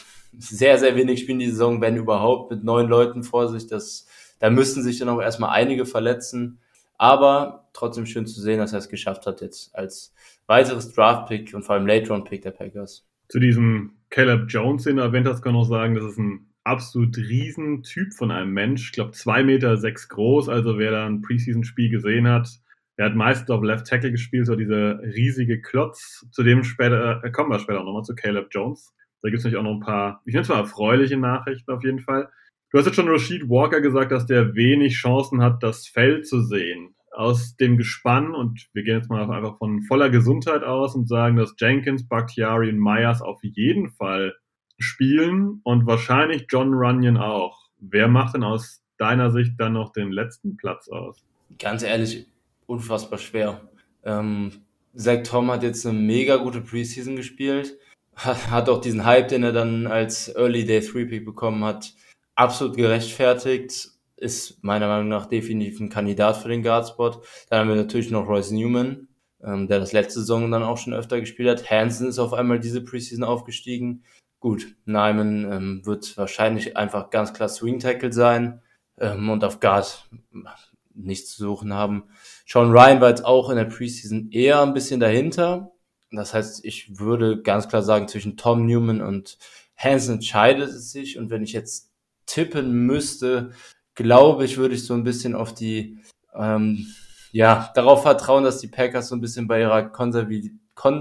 S4: sehr, sehr wenig spielen die Saison, wenn überhaupt, mit neun Leuten vor sich. Das, da müssten sich dann auch erstmal einige verletzen. Aber trotzdem schön zu sehen, dass er es geschafft hat, jetzt als weiteres Draft-Pick und vor allem Late-Round-Pick der Packers.
S3: Zu diesem Caleb Jones, den du erwähnt hast, kann ich noch sagen, das ist ein absolut riesen Typ von einem Mensch. Ich glaube, zwei Meter sechs groß. Also wer da ein Preseason-Spiel gesehen hat, er hat meistens auf Left Tackle gespielt, so dieser riesige Klotz. Zu dem später, äh, kommen wir später auch nochmal zu Caleb Jones. Da gibt es natürlich auch noch ein paar, ich nenne es mal erfreuliche Nachrichten auf jeden Fall. Du hast jetzt schon Rashid Walker gesagt, dass der wenig Chancen hat, das Feld zu sehen. Aus dem Gespann, und wir gehen jetzt mal einfach von voller Gesundheit aus und sagen, dass Jenkins, Bakhtiari und Myers auf jeden Fall spielen und wahrscheinlich John Runyon auch. Wer macht denn aus deiner Sicht dann noch den letzten Platz aus?
S4: Ganz ehrlich, unfassbar schwer. Ähm, Zach Tom hat jetzt eine mega gute Preseason gespielt. Hat auch diesen Hype, den er dann als Early Day drei Pick bekommen hat, absolut gerechtfertigt. Ist meiner Meinung nach definitiv ein Kandidat für den Guard-Spot. Dann haben wir natürlich noch Royce Newman, ähm, der das letzte Saison dann auch schon öfter gespielt hat. Hansen ist auf einmal diese Preseason aufgestiegen. Gut, Nyman ähm, wird wahrscheinlich einfach ganz klar Swing-Tackle sein ähm, und auf Guard nichts zu suchen haben. Sean Ryan war jetzt auch in der Preseason eher ein bisschen dahinter. Das heißt, ich würde ganz klar sagen, zwischen Tom Newman und Hansen entscheidet es sich. Und wenn ich jetzt tippen müsste, glaube ich, würde ich so ein bisschen auf die, ähm, ja, darauf vertrauen, dass die Packers so ein bisschen bei ihrer Konserv-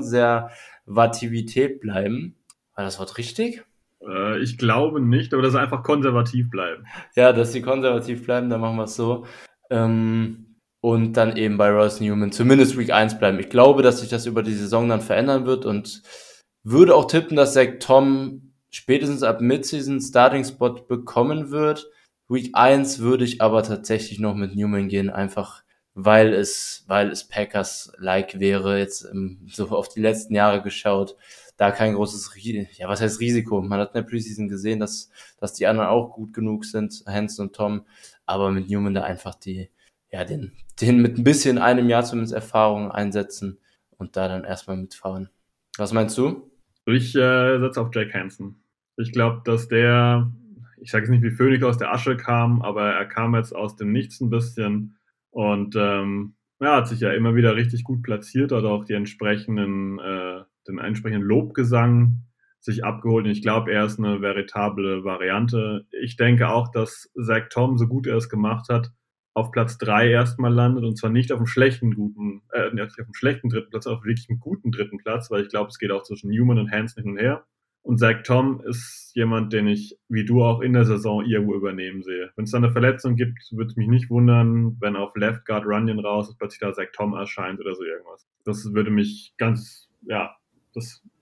S4: Konservativität bleiben. War das Wort richtig?
S3: Äh, ich glaube nicht, aber dass sie einfach konservativ bleiben.
S4: Ja, dass sie konservativ bleiben, dann machen wir es so. Ähm, und dann eben bei Royce Newman zumindest Week eins bleiben. Ich glaube, dass sich das über die Saison dann verändern wird und würde auch tippen, dass Zach Tom spätestens ab Midseason Starting Spot bekommen wird. Week eins würde ich aber tatsächlich noch mit Newman gehen, einfach weil es, weil es Packers-like wäre, jetzt ähm, so auf die letzten Jahre geschaut. Da kein großes, ja, was heißt Risiko? Man hat in der Preseason gesehen, dass, dass die anderen auch gut genug sind, Hansen und Tom, aber mit Newman da einfach die, ja, den, den mit ein bisschen einem Jahr zumindest Erfahrung einsetzen und da dann erstmal mitfahren. Was meinst du?
S3: Ich äh, setze auf Jake Hansen. Ich glaube, dass der, ich sage jetzt nicht, wie Phönix aus der Asche kam, aber er kam jetzt aus dem Nichts ein bisschen und ähm, ja, hat sich ja immer wieder richtig gut platziert, hat auch die entsprechenden, äh, den entsprechenden Lobgesang sich abgeholt. Und ich glaube, er ist eine veritable Variante. Ich denke auch, dass Zach Tom, so gut er es gemacht hat, auf Platz drei erstmal landet und zwar nicht auf dem schlechten guten, äh, nicht auf dem schlechten dritten Platz, auf wirklich einem guten dritten Platz, weil ich glaube, es geht auch zwischen Newman und Hansen hin und her. Und Zach Tom ist jemand, den ich, wie du, auch in der Saison irgendwo übernehmen sehe. Wenn es da eine Verletzung gibt, würde es mich nicht wundern, wenn auf Left Guard Runyon raus ist, plötzlich da Zach Tom erscheint oder so irgendwas. Das würde mich ganz, ja, das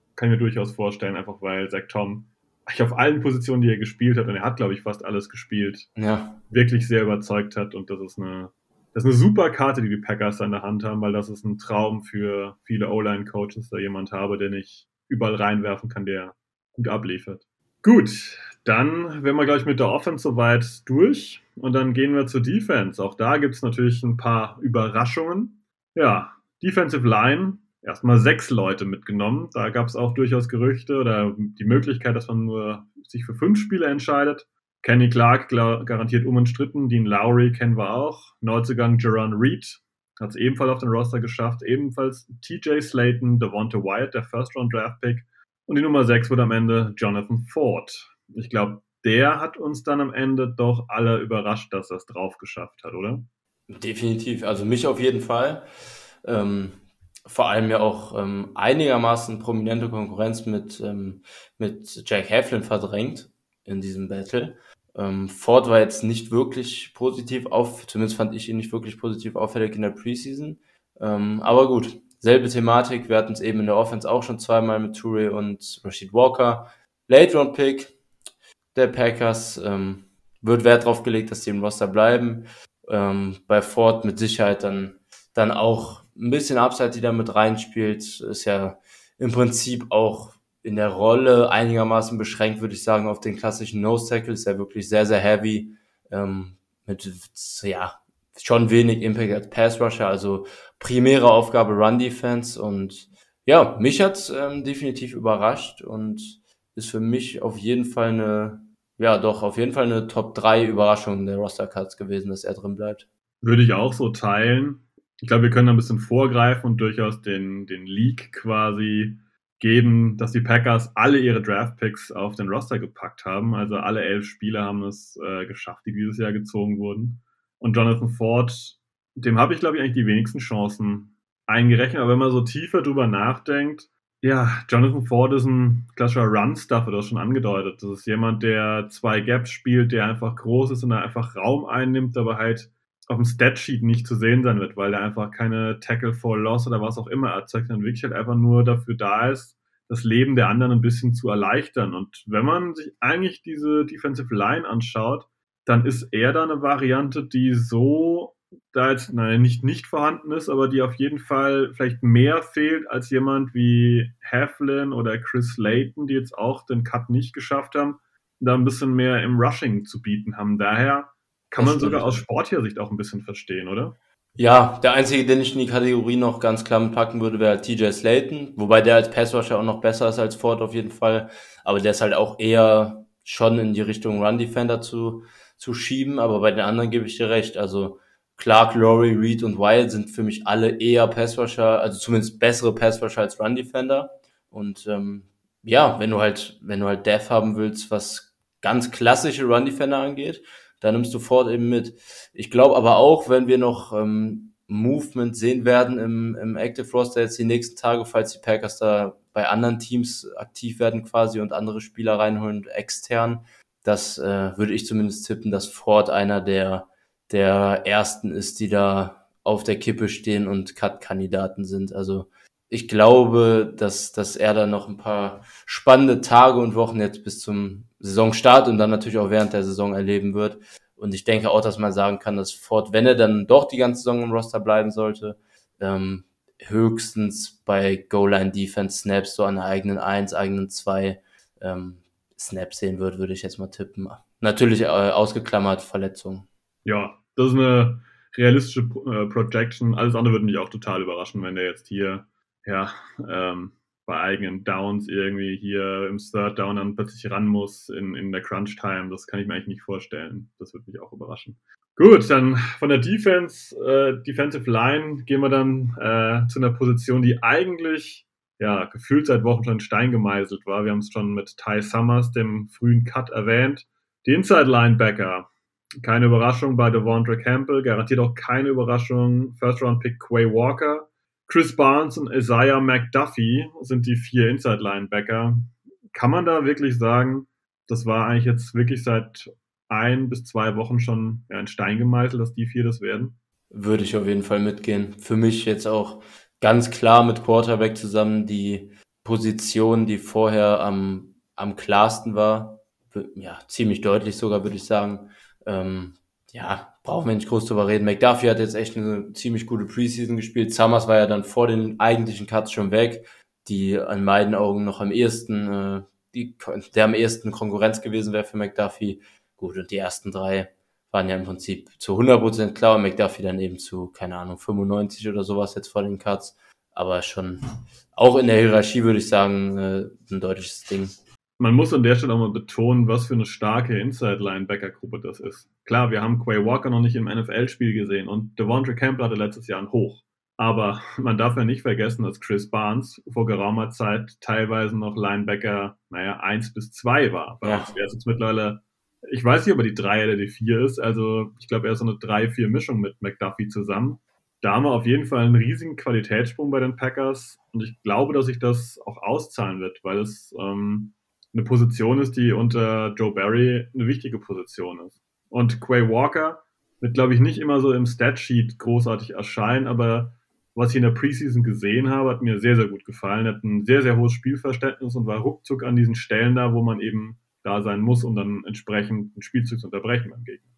S3: kann ich mir durchaus vorstellen, einfach weil Zach Tom eigentlich auf allen Positionen, die er gespielt hat, und er hat, glaube ich, fast alles gespielt,
S4: Ja.
S3: wirklich sehr überzeugt hat. Und das ist eine, das ist eine super Karte, die die Packers da in der Hand haben, weil das ist ein Traum für viele O-Line-Coaches, da jemand habe, den ich überall reinwerfen kann, der gut abliefert. Gut, dann wären wir gleich mit der Offense soweit durch und dann gehen wir zur Defense. Auch da gibt es natürlich ein paar Überraschungen. Ja, Defensive Line, erstmal sechs Leute mitgenommen. Da gab es auch durchaus Gerüchte oder die Möglichkeit, dass man nur sich für fünf Spieler entscheidet. Kenny Clark garantiert unumstritten, Dean Lowry kennen wir auch. Neuzugang Jaron Reed hat es ebenfalls auf den Roster geschafft. Ebenfalls T J Slayton, Devonta Wyatt, der First-Round-Draft-Pick. Und die Nummer sechs wird am Ende Jonathan Ford. Ich glaube, der hat uns dann am Ende doch alle überrascht, dass er es drauf geschafft hat, oder?
S4: Definitiv, also mich auf jeden Fall. Ähm, vor allem ja auch ähm, einigermaßen prominente Konkurrenz mit, ähm, mit Jack Heflin verdrängt in diesem Battle. Ähm, Ford war jetzt nicht wirklich positiv auf, zumindest fand ich ihn nicht wirklich positiv auffällig in der Preseason. Ähm, aber gut, selbe Thematik, wir hatten es eben in der Offense auch schon zweimal mit Toure und Rashid Walker. Late-Round-Pick der Packers, ähm, wird Wert drauf gelegt, dass die im Roster bleiben. Ähm, bei Ford mit Sicherheit dann, dann auch ein bisschen Upside, die da mit reinspielt, ist ja im Prinzip auch in der Rolle einigermaßen beschränkt, würde ich sagen, auf den klassischen Nose-Tackle. Ist ja wirklich sehr, sehr heavy, ähm, mit, ja, schon wenig Impact als Pass-Rusher, also primäre Aufgabe Run-Defense und ja, mich hat's ähm, definitiv überrascht und ist für mich auf jeden Fall eine, ja doch, auf jeden Fall eine Top drei Überraschung der Roster-Cuts gewesen, dass er drin bleibt.
S3: Würde ich auch so teilen. Ich glaube, wir können da ein bisschen vorgreifen und durchaus den, den Leak quasi geben, dass die Packers alle ihre Draft-Picks auf den Roster gepackt haben. Also alle elf Spieler haben es äh, geschafft, die dieses Jahr gezogen wurden. Und Jonathan Ford, dem habe ich, glaube ich, eigentlich die wenigsten Chancen eingerechnet. Aber wenn man so tiefer drüber nachdenkt, ja, Jonathan Ford ist ein klassischer Run-Stuffer, das schon angedeutet. Das ist jemand, der zwei Gaps spielt, der einfach groß ist und der einfach Raum einnimmt, aber halt auf dem Statsheet nicht zu sehen sein wird, weil er einfach keine Tackle for Loss oder was auch immer erzeugt, sondern wirklich halt einfach nur dafür da ist, das Leben der anderen ein bisschen zu erleichtern. Und wenn man sich eigentlich diese Defensive Line anschaut, dann ist er da eine Variante, die so da jetzt, nein, nicht nicht vorhanden ist, aber die auf jeden Fall vielleicht mehr fehlt als jemand wie Heflin oder Chris Slayton, die jetzt auch den Cut nicht geschafft haben, da ein bisschen mehr im Rushing zu bieten haben. Daher kann man sogar aus sportlicher Sicht auch ein bisschen verstehen, oder?
S4: Ja, der einzige, den ich in die Kategorie noch ganz klar mitpacken würde, wäre halt T J Slayton, wobei der als Passrusher auch noch besser ist als Ford auf jeden Fall, aber der ist halt auch eher schon in die Richtung Run-Defender zu, zu schieben, aber bei den anderen gebe ich dir recht, also Clark, Lowry, Reed und Wyatt sind für mich alle eher Passrusher, also zumindest bessere Passrusher als Run-Defender und ähm, ja, wenn du halt, wenn du halt Depth haben willst, was ganz klassische Run-Defender angeht, da nimmst du Ford eben mit. Ich glaube aber auch, wenn wir noch ähm, Movement sehen werden im, im Active Roster jetzt die nächsten Tage, falls die Packers da bei anderen Teams aktiv werden quasi und andere Spieler reinholen, extern, das äh, würde ich zumindest tippen, dass Ford einer der, der ersten ist, die da auf der Kippe stehen und Cut-Kandidaten sind. Also ich glaube, dass, dass er da noch ein paar spannende Tage und Wochen jetzt bis zum Saisonstart und dann natürlich auch während der Saison erleben wird. Und ich denke auch, dass man sagen kann, dass Ford, wenn er dann doch die ganze Saison im Roster bleiben sollte, ähm, höchstens bei Goal-Line-Defense-Snaps so an der eigenen eins, eigenen zwei ähm, Snaps sehen wird, würde ich jetzt mal tippen. Natürlich äh, ausgeklammert Verletzungen.
S3: Ja, das ist eine realistische äh, Projection. Alles andere würde mich auch total überraschen, wenn der jetzt hier ja, ähm, bei eigenen Downs irgendwie hier im Third Down dann plötzlich ran muss in, in der Crunch-Time. Das kann ich mir eigentlich nicht vorstellen. Das würde mich auch überraschen. Gut, dann von der Defense, äh, Defensive Line gehen wir dann äh, zu einer Position, die eigentlich ja gefühlt seit Wochen schon in Stein gemeißelt war. Wir haben es schon mit Ty Summers, dem frühen Cut, erwähnt. Die Inside-Linebacker. Keine Überraschung bei Devondre Campbell, garantiert auch keine Überraschung. First-Round-Pick Quay Walker. Chris Barnes und Isaiah McDuffie sind die vier Inside-Linebacker. Kann man da wirklich sagen, das war eigentlich jetzt wirklich seit ein bis zwei Wochen schon ja, in Stein gemeißelt, dass die vier das werden?
S4: Würde ich auf jeden Fall mitgehen. Für mich jetzt auch ganz klar mit Quarterback zusammen die Position, die vorher am, am klarsten war. Ja, ziemlich deutlich sogar, würde ich sagen. Ähm, ja, brauchen wir nicht groß drüber reden. McDuffie hat jetzt echt eine ziemlich gute Preseason gespielt. Summers war ja dann vor den eigentlichen Cuts schon weg, die in meinen Augen noch am ehesten, äh, die, der am ehesten Konkurrenz gewesen wäre für McDuffie. Gut, und die ersten drei waren ja im Prinzip zu hundert Prozent klar und McDuffie dann eben zu, keine Ahnung, fünfundneunzig oder sowas jetzt vor den Cuts. Aber schon auch in der Hierarchie, würde ich sagen, äh, ein deutliches Ding.
S3: Man muss an der Stelle auch mal betonen, was für eine starke Inside-Linebacker-Gruppe das ist. Klar, wir haben Quay Walker noch nicht im N F L-Spiel gesehen und Devontae Campbell hatte letztes Jahr ein Hoch. Aber man darf ja nicht vergessen, dass Chris Barnes vor geraumer Zeit teilweise noch Linebacker, naja, eins bis zwei war. Bei
S4: Ja.
S3: uns wäre es jetzt mittlerweile, ich weiß nicht, ob er die drei oder die vier ist, also ich glaube, er ist so eine drei vier Mischung mit McDuffie zusammen. Da haben wir auf jeden Fall einen riesigen Qualitätssprung bei den Packers und ich glaube, dass sich das auch auszahlen wird, weil es ähm, eine Position ist, die unter Joe Barry eine wichtige Position ist. Und Quay Walker wird, glaube ich, nicht immer so im Statsheet großartig erscheinen, aber was ich in der Preseason gesehen habe, hat mir sehr, sehr gut gefallen. Er hat ein sehr, sehr hohes Spielverständnis und war ruckzuck an diesen Stellen da, wo man eben da sein muss, um dann entsprechend einen Spielzug zu unterbrechen beim Gegner.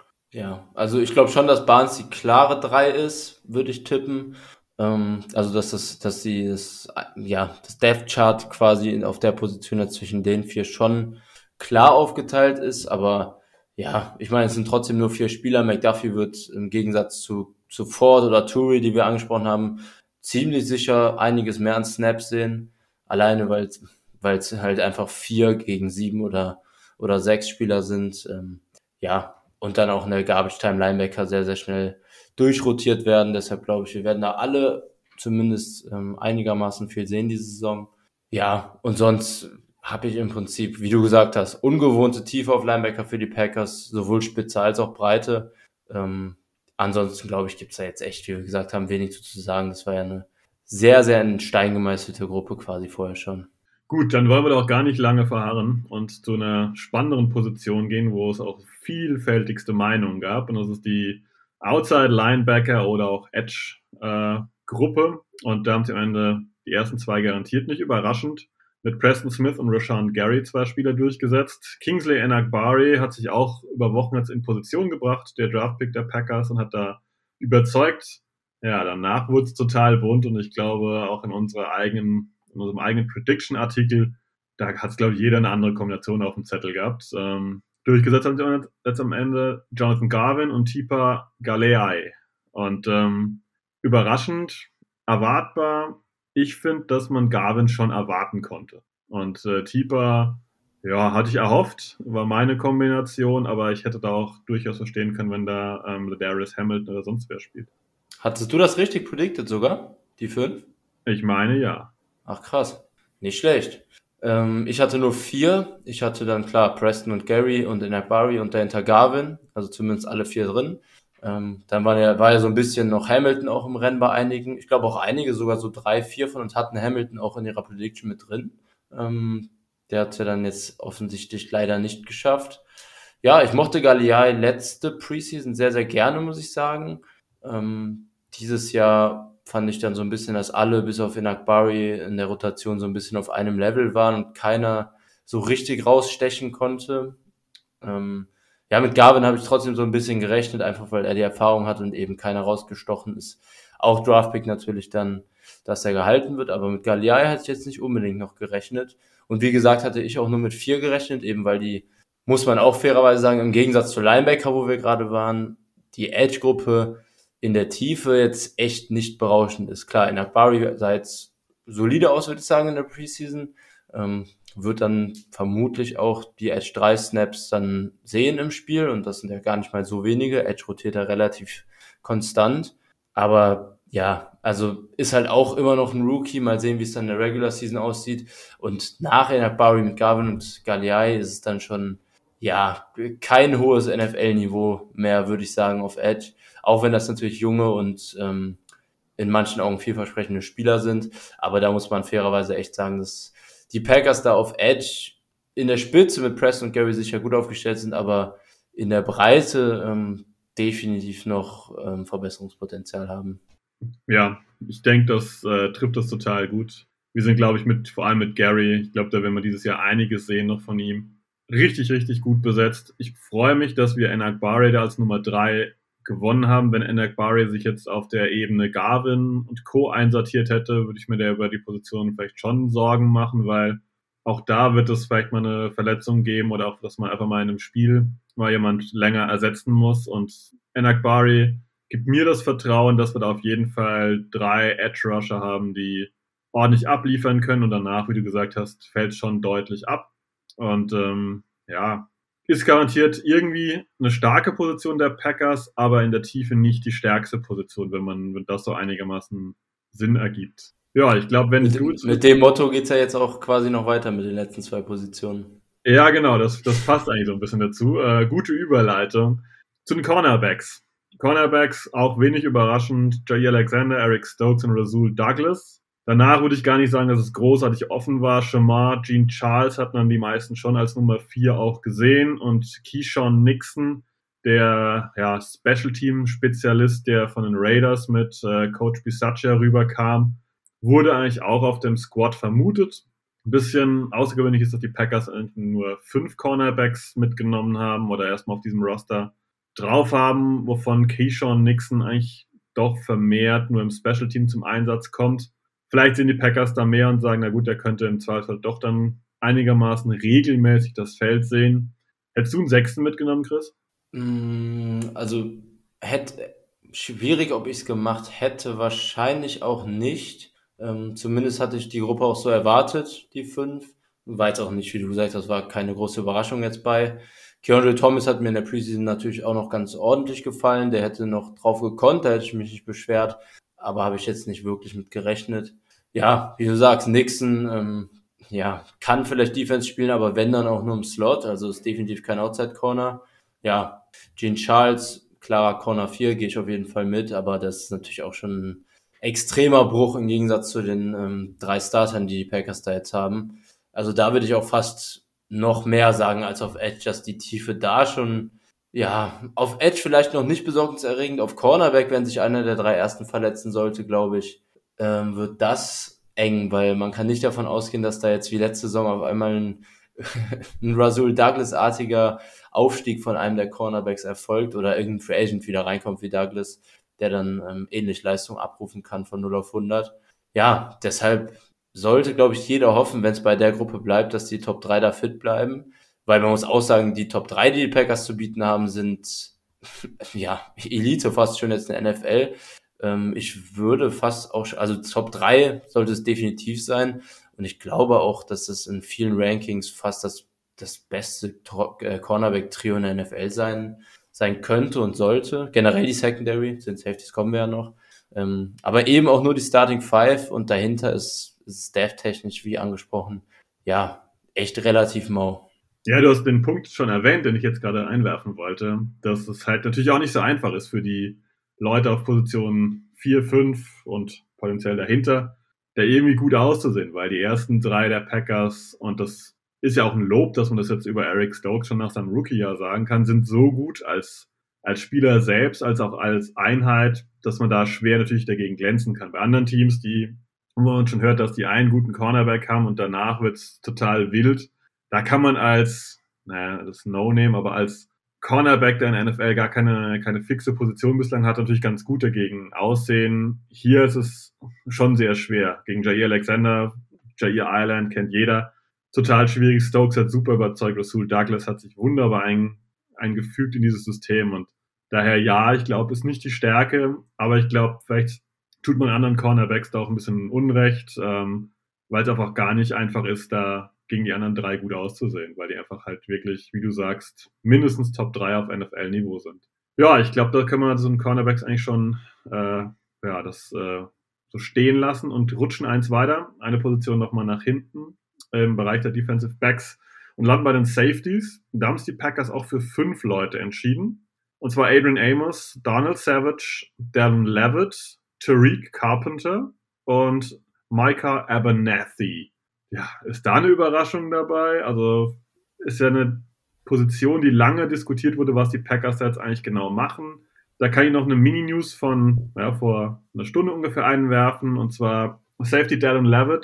S4: Ja, also ich glaube schon, dass Barnes die klare drei ist, würde ich tippen. Ähm, also dass das, dass die das, ja, das Depth Chart quasi auf der Position zwischen den vier schon klar aufgeteilt ist, aber ja, ich meine, es sind trotzdem nur vier Spieler. McDuffie wird im Gegensatz zu, zu Ford oder Turi, die wir angesprochen haben, ziemlich sicher einiges mehr an Snaps sehen. Alleine, weil weil es halt einfach vier gegen sieben oder, oder sechs Spieler sind. Ähm, ja, und dann auch in der Garbage-Time-Linebacker sehr, sehr schnell durchrotiert werden. Deshalb glaube ich, wir werden da alle zumindest ähm, einigermaßen viel sehen diese Saison. Ja, und sonst habe ich im Prinzip, wie du gesagt hast, ungewohnte Tiefe auf Linebacker für die Packers, sowohl Spitze als auch Breite. Ähm, ansonsten, glaube ich, gibt es da jetzt echt, wie wir gesagt haben, wenig zu sagen. Das war ja eine sehr, sehr in Stein gemeißelte Gruppe quasi vorher schon.
S3: Gut, dann wollen wir doch gar nicht lange verharren und zu einer spannenderen Position gehen, wo es auch vielfältigste Meinungen gab. Und das ist die Outside Linebacker oder auch Edge äh, Gruppe. Und da haben sie am Ende die ersten zwei garantiert nicht überraschend mit Preston Smith und Rashawn Gary zwei Spieler durchgesetzt. Kingsley Enagbare hat sich auch über Wochen jetzt in Position gebracht, der Draftpick der Packers, und hat da überzeugt. Ja, danach wurde es total bunt und ich glaube auch in unserer eigenen, in unserem eigenen Prediction-Artikel, da hat es, glaube ich, jeder eine andere Kombination auf dem Zettel gehabt. Ähm, durchgesetzt haben sie jetzt am Ende Jonathan Garvin und Tipa Galeai. Und ähm, überraschend, erwartbar, ich finde, dass man Garvin schon erwarten konnte. Und äh, Tipa, ja, hatte ich erhofft, war meine Kombination, aber ich hätte da auch durchaus verstehen können, wenn da ähm, Ladarius Hamilton oder sonst wer spielt.
S4: Hattest du das richtig predicted sogar? Die fünf?
S3: Ich meine, ja.
S4: Ach krass, nicht schlecht. Ähm, ich hatte nur vier. Ich hatte dann klar Preston und Gary und Enagbare und dahinter Garvin, also zumindest alle vier drin. Ähm, dann war ja, war ja so ein bisschen noch Hamilton auch im Rennen bei einigen. Ich glaube auch einige, sogar so drei, vier von uns hatten Hamilton auch in ihrer Prediction mit drin. Ähm, der hat es ja dann jetzt offensichtlich leider nicht geschafft. Ja, ich mochte Galeai letzte Preseason sehr, sehr gerne, muss ich sagen. Ähm, dieses Jahr fand ich dann so ein bisschen, dass alle bis auf Enagbare in der Rotation so ein bisschen auf einem Level waren und keiner so richtig rausstechen konnte. Ähm, ja, mit Garvin habe ich trotzdem so ein bisschen gerechnet, einfach weil er die Erfahrung hat und eben keiner rausgestochen ist. Auch Draftpick natürlich dann, dass er gehalten wird, aber mit Galeai hatte ich jetzt nicht unbedingt noch gerechnet. Und wie gesagt, hatte ich auch nur mit vier gerechnet, eben weil die, muss man auch fairerweise sagen, im Gegensatz zu Linebacker, wo wir gerade waren, die Edge-Gruppe in der Tiefe jetzt echt nicht berauschend ist. Klar, Enagbare sah jetzt solide aus, würde ich sagen, in der Preseason. Ähm, wird dann vermutlich auch die Edge drei Snaps dann sehen im Spiel und das sind ja gar nicht mal so wenige. Edge rotiert da relativ konstant, aber ja, also ist halt auch immer noch ein Rookie. Mal sehen, wie es dann in der Regular Season aussieht. Und nach Enagbare mit Garvin und Galeai ist es dann schon, ja, kein hohes N F L-Niveau mehr, würde ich sagen, auf Edge. Auch wenn das natürlich junge und ähm, in manchen Augen vielversprechende Spieler sind. Aber da muss man fairerweise echt sagen, dass die Packers da auf Edge in der Spitze mit Preston und Gary sicher gut aufgestellt sind, aber in der Breite ähm, definitiv noch ähm, Verbesserungspotenzial haben.
S3: Ja, ich denke, das äh, trifft das total gut. wir sind, glaube ich, mit vor allem mit Gary, ich glaube, da werden wir dieses Jahr einiges sehen noch von ihm, richtig, richtig gut besetzt. Ich freue mich, dass wir Enagbare da als Nummer drei gewonnen haben. Wenn Enagbare sich jetzt auf der Ebene Garvin und Co. einsortiert hätte, würde ich mir da über die Position vielleicht schon Sorgen machen, weil auch da wird es vielleicht mal eine Verletzung geben oder auch, dass man einfach mal in einem Spiel mal jemand länger ersetzen muss. Und Enagbare gibt mir das Vertrauen, dass wir da auf jeden Fall drei Edge-Rusher haben, die ordentlich abliefern können und danach, wie du gesagt hast, fällt es schon deutlich ab. Und ähm, ja, ist garantiert irgendwie eine starke Position der Packers, aber in der Tiefe nicht die stärkste Position, wenn man wenn das so einigermaßen Sinn ergibt. Ja, ich glaube, wenn
S4: mit,
S3: du...
S4: Mit dem Motto geht's ja jetzt auch quasi noch weiter mit den letzten zwei Positionen.
S3: Ja, genau, das, das passt eigentlich so ein bisschen dazu. Äh, gute Überleitung zu den Cornerbacks. Cornerbacks, auch wenig überraschend, Jair Alexander, Eric Stokes und Rasul Douglas. Danach würde ich gar nicht sagen, dass es großartig offen war. Shamar, Gene Charles hatten dann die meisten schon als Nummer vier auch gesehen und Keyshawn Nixon, der ja, Special-Team-Spezialist, der von den Raiders mit äh, Coach Bisaccia rüberkam, wurde eigentlich auch auf dem Squad vermutet. Ein bisschen außergewöhnlich ist, dass die Packers nur fünf Cornerbacks mitgenommen haben oder erstmal auf diesem Roster drauf haben, wovon Keyshawn Nixon eigentlich doch vermehrt nur im Special-Team zum Einsatz kommt. Vielleicht sehen die Packers da mehr und sagen, na gut, der könnte im Zweifel doch dann einigermaßen regelmäßig das Feld sehen. Hättest du einen Sechsten mitgenommen, Chris?
S4: Also hätte schwierig, ob ich es gemacht hätte, wahrscheinlich auch nicht. Ähm, zumindest hatte ich die Gruppe auch so erwartet, die fünf. War jetzt auch nicht, wie du gesagt hast, war keine große Überraschung jetzt bei. Keandre Thomas hat mir in der Preseason natürlich auch noch ganz ordentlich gefallen. Der hätte noch drauf gekonnt, da hätte ich mich nicht beschwert. Aber habe ich jetzt nicht wirklich mit gerechnet. Ja, wie du sagst, Nixon ähm, ja, kann vielleicht Defense spielen, aber wenn, dann auch nur im Slot. Also ist definitiv kein Outside-Corner. Ja, Gene Charles, klarer Corner vier, gehe ich auf jeden Fall mit. Aber das ist natürlich auch schon ein extremer Bruch im Gegensatz zu den ähm, drei Startern, die die Packers da jetzt haben. Also da würde ich auch fast noch mehr sagen als auf Edge, dass die Tiefe da schon... Ja, auf Edge vielleicht noch nicht besorgniserregend, auf Cornerback, wenn sich einer der drei Ersten verletzen sollte, glaube ich, ähm, wird das eng, weil man kann nicht davon ausgehen, dass da jetzt wie letzte Saison auf einmal ein, ein Rasul Douglas-artiger Aufstieg von einem der Cornerbacks erfolgt oder irgendein Free Agent wieder reinkommt wie Douglas, der dann ähm, ähnlich Leistung abrufen kann von null auf hundert. Ja, deshalb sollte, glaube ich, jeder hoffen, wenn es bei der Gruppe bleibt, dass die Top drei da fit bleiben. Weil man muss auch sagen, die Top drei, die die Packers zu bieten haben, sind ja Elite fast schon jetzt in der N F L. Ähm, ich würde fast auch, also Top drei sollte es definitiv sein. Und ich glaube auch, dass das in vielen Rankings fast das, das beste äh, Cornerback-Trio in der N F L sein, sein könnte und sollte. Generell die Secondary, sind Safeties kommen wir ja noch. Ähm, aber eben auch nur die Starting Five und dahinter ist, ist staff-technisch, wie angesprochen, ja, echt relativ mau.
S3: Ja, du hast den Punkt schon erwähnt, den ich jetzt gerade einwerfen wollte, dass es halt natürlich auch nicht so einfach ist für die Leute auf Position vier, fünf und potenziell dahinter, da irgendwie gut auszusehen, weil die ersten drei der Packers, und das ist ja auch ein Lob, dass man das jetzt über Eric Stokes schon nach seinem Rookie-Jahr sagen kann, sind so gut als, als Spieler selbst, als auch als Einheit, dass man da schwer natürlich dagegen glänzen kann. Bei anderen Teams, die, wo man schon hört, dass die einen guten Cornerback haben und danach wird's total wild, da kann man als, naja, das ist No-Name, aber als Cornerback, der in der N F L gar keine, keine fixe Position bislang hat, natürlich ganz gut dagegen aussehen. Hier ist es schon sehr schwer. Gegen Jair Alexander, Jair Ireland kennt jeder. Total schwierig. Stokes hat super überzeugt. Rasul Douglas hat sich wunderbar ein, eingefügt in dieses System. Und daher, ja, ich glaube, ist nicht die Stärke, aber ich glaube, vielleicht tut man anderen Cornerbacks da auch ein bisschen Unrecht, ähm, weil es einfach gar nicht einfach ist, da gegen die anderen drei gut auszusehen, weil die einfach halt wirklich, wie du sagst, mindestens Top drei auf N F L-Niveau sind. Ja, ich glaube, da können wir so einen Cornerbacks eigentlich schon äh, ja, das äh, so stehen lassen und rutschen eins weiter, eine Position nochmal nach hinten im Bereich der Defensive Backs und landen bei den Safeties. Da haben es die Packers auch für fünf Leute entschieden. Und zwar Adrian Amos, Donald Savage, Devin Levitt, Tariq Carpenter und Micah Abernathy. Ja, ist da eine Überraschung dabei? Also ist ja eine Position, die lange diskutiert wurde, was die Packers jetzt eigentlich genau machen. Da kann ich noch eine Mini-News von ja, vor einer Stunde ungefähr einwerfen. Und zwar Safety Darren Levitt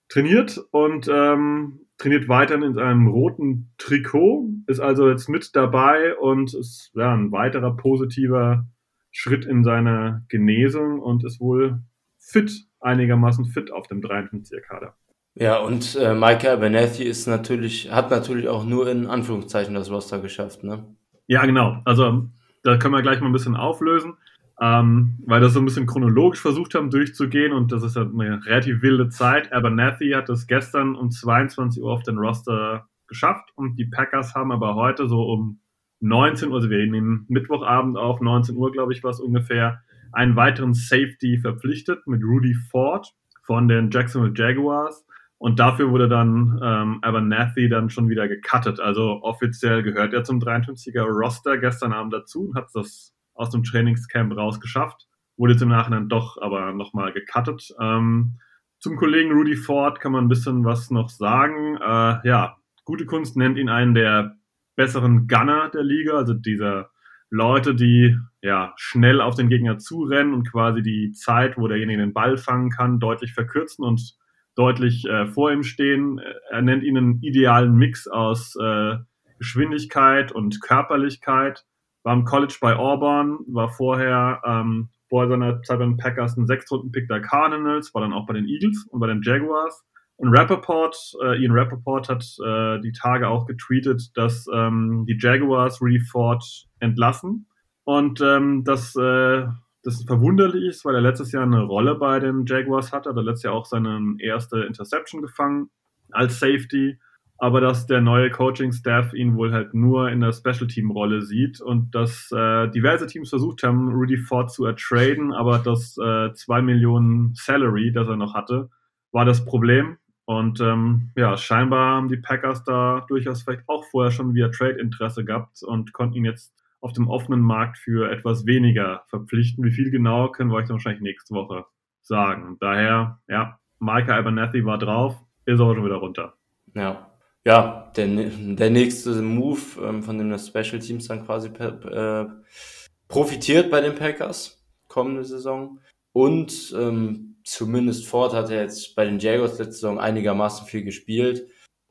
S3: trainiert und ähm, trainiert weiterhin in seinem roten Trikot, ist also jetzt mit dabei und ist ja, ein weiterer positiver Schritt in seiner Genesung und ist wohl fit, einigermaßen fit auf dem dreiundfünfziger-Kader.
S4: Ja, und äh, Micah Abernethy ist natürlich, hat natürlich auch nur in Anführungszeichen das Roster geschafft, ne?
S3: Ja, genau. Also da können wir gleich mal ein bisschen auflösen, ähm, weil das so ein bisschen chronologisch versucht haben durchzugehen und das ist ja eine relativ wilde Zeit. Abernethy hat es gestern um zweiundzwanzig Uhr auf den Roster geschafft und die Packers haben aber heute so um neunzehn Uhr, also wir nehmen Mittwochabend auf, neunzehn Uhr glaube ich war es ungefähr, einen weiteren Safety verpflichtet mit Rudy Ford von den Jacksonville Jaguars. Und dafür wurde dann ähm, Abernethy dann schon wieder gecuttet. Also offiziell gehört er zum dreiundfünfziger-Roster gestern Abend dazu und hat das aus dem Trainingscamp rausgeschafft. Wurde jetzt im Nachhinein doch aber nochmal gecuttet. Ähm, zum Kollegen Rudy Ford kann man ein bisschen was noch sagen. Äh, ja, gute Kunst nennt ihn einen der besseren Gunner der Liga, also dieser Leute, die ja schnell auf den Gegner zurennen und quasi die Zeit, wo derjenige den Ball fangen kann, deutlich verkürzen und deutlich äh, vor ihm stehen. Er nennt ihn einen idealen Mix aus äh, Geschwindigkeit und Körperlichkeit. War im College bei Auburn, war vorher ähm, vor seiner Zeit bei den Packers ein Sechstrunden-Pick der Cardinals, war dann auch bei den Eagles und bei den Jaguars. Und Rappaport, äh, Ian Rappaport hat äh, die Tage auch getweetet, dass ähm, die Jaguars Rudy Ford entlassen. Und ähm, das äh, das verwunderlich ist, weil er letztes Jahr eine Rolle bei den Jaguars hatte, hat er letztes Jahr auch seine erste Interception gefangen als Safety, aber dass der neue Coaching-Staff ihn wohl halt nur in der Special-Team-Rolle sieht und dass äh, diverse Teams versucht haben, Rudy Ford zu ertraden, aber das äh, zwei Millionen Salary, das er noch hatte, war das Problem. Und ähm, ja, scheinbar haben die Packers da durchaus vielleicht auch vorher schon via Trade-Interesse gehabt und konnten ihn jetzt auf dem offenen Markt für etwas weniger verpflichten. Wie viel genau, können wir euch dann wahrscheinlich nächste Woche sagen. Und daher, ja, Micah Abernethy war drauf, ist aber schon wieder runter.
S4: Ja, ja, der, der nächste Move, ähm, von dem das Special Teams dann quasi per, äh, profitiert bei den Packers kommende Saison. Und ähm, zumindest Ford hat er jetzt bei den Jaguars letzte Saison einigermaßen viel gespielt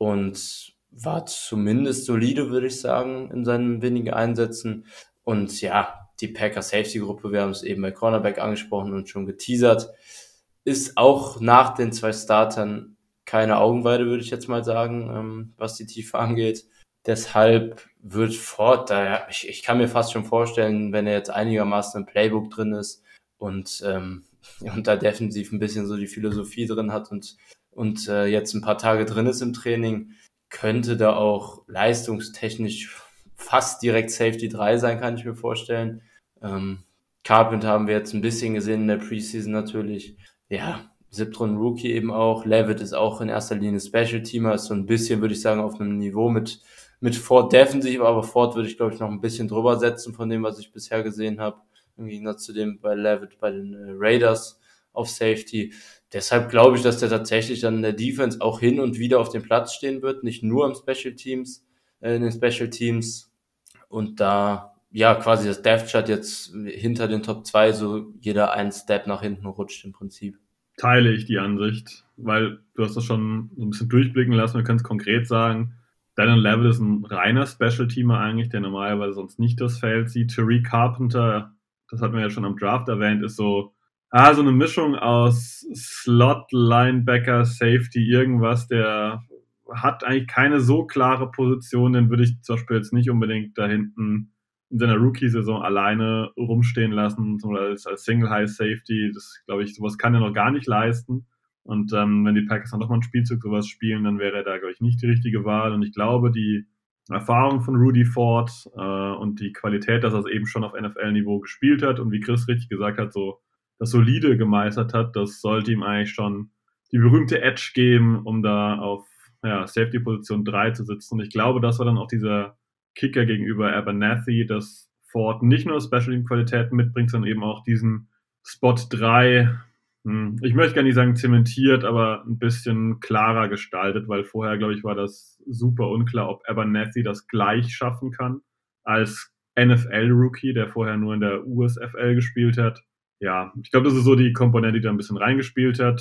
S4: und war zumindest solide, würde ich sagen, in seinen wenigen Einsätzen. Und ja, die Packers-Safety-Gruppe, wir haben es eben bei Cornerback angesprochen und schon geteasert, ist auch nach den zwei Startern keine Augenweide, würde ich jetzt mal sagen, ähm, was die Tiefe angeht. Deshalb wird Ford da, ja, ich, ich kann mir fast schon vorstellen, wenn er jetzt einigermaßen im Playbook drin ist und, ähm, und da defensiv ein bisschen so die Philosophie drin hat und, und äh, jetzt ein paar Tage drin ist im Training, könnte da auch leistungstechnisch fast direkt Safety drei sein, kann ich mir vorstellen. Ähm, Carpenter haben wir jetzt ein bisschen gesehen in der Preseason natürlich. Ja, siebtrunden Rookie eben auch. Levitt ist auch in erster Linie Special-Teamer, ist so ein bisschen, würde ich sagen, auf einem Niveau mit, mit Ford defensiv, aber Ford würde ich, glaube ich, noch ein bisschen drüber setzen von dem, was ich bisher gesehen habe. Im Gegensatz zu dem bei Levitt bei den äh, Raiders auf Safety. Deshalb glaube ich, dass der tatsächlich dann in der Defense auch hin und wieder auf dem Platz stehen wird, nicht nur im Special Teams, äh, in den Special Teams und da ja quasi das Depth Chart jetzt hinter den Top zwei so jeder einen Step nach hinten rutscht im Prinzip.
S3: Teile ich die Ansicht, weil du hast das schon so ein bisschen durchblicken lassen, wir können es konkret sagen, Daniel Levitt ist ein reiner Special-Teamer eigentlich, der normalerweise sonst nicht das Feld sieht. Tariq Carpenter, das hatten wir ja schon am Draft erwähnt, ist so Ah, so eine Mischung aus Slot, Linebacker, Safety, irgendwas, der hat eigentlich keine so klare Position, den würde ich zum Beispiel jetzt nicht unbedingt da hinten in seiner Rookie-Saison alleine rumstehen lassen, zum Beispiel als, als Single-High-Safety, das glaube ich, sowas kann er noch gar nicht leisten. Und ähm, wenn die Packers dann nochmal einen Spielzug sowas spielen, dann wäre er da, glaube ich, nicht die richtige Wahl. Und ich glaube, die Erfahrung von Rudy Ford äh, und die Qualität, dass er es eben schon auf N F L-Niveau gespielt hat und wie Chris richtig gesagt hat, so das solide gemeistert hat, das sollte ihm eigentlich schon die berühmte Edge geben, um da auf ja, Safety-Position drei zu sitzen. Und ich glaube, das war dann auch dieser Kicker gegenüber Abernethy, dass Ford nicht nur Special-Team-Qualitäten mitbringt, sondern eben auch diesen Spot drei, hm, ich möchte gar nicht sagen zementiert, aber ein bisschen klarer gestaltet, weil vorher, glaube ich, war das super unklar, ob Abernethy das gleich schaffen kann als N F L-Rookie, der vorher nur in der U S F L gespielt hat. Ja, ich glaube, das ist so die Komponente, die da ein bisschen reingespielt hat.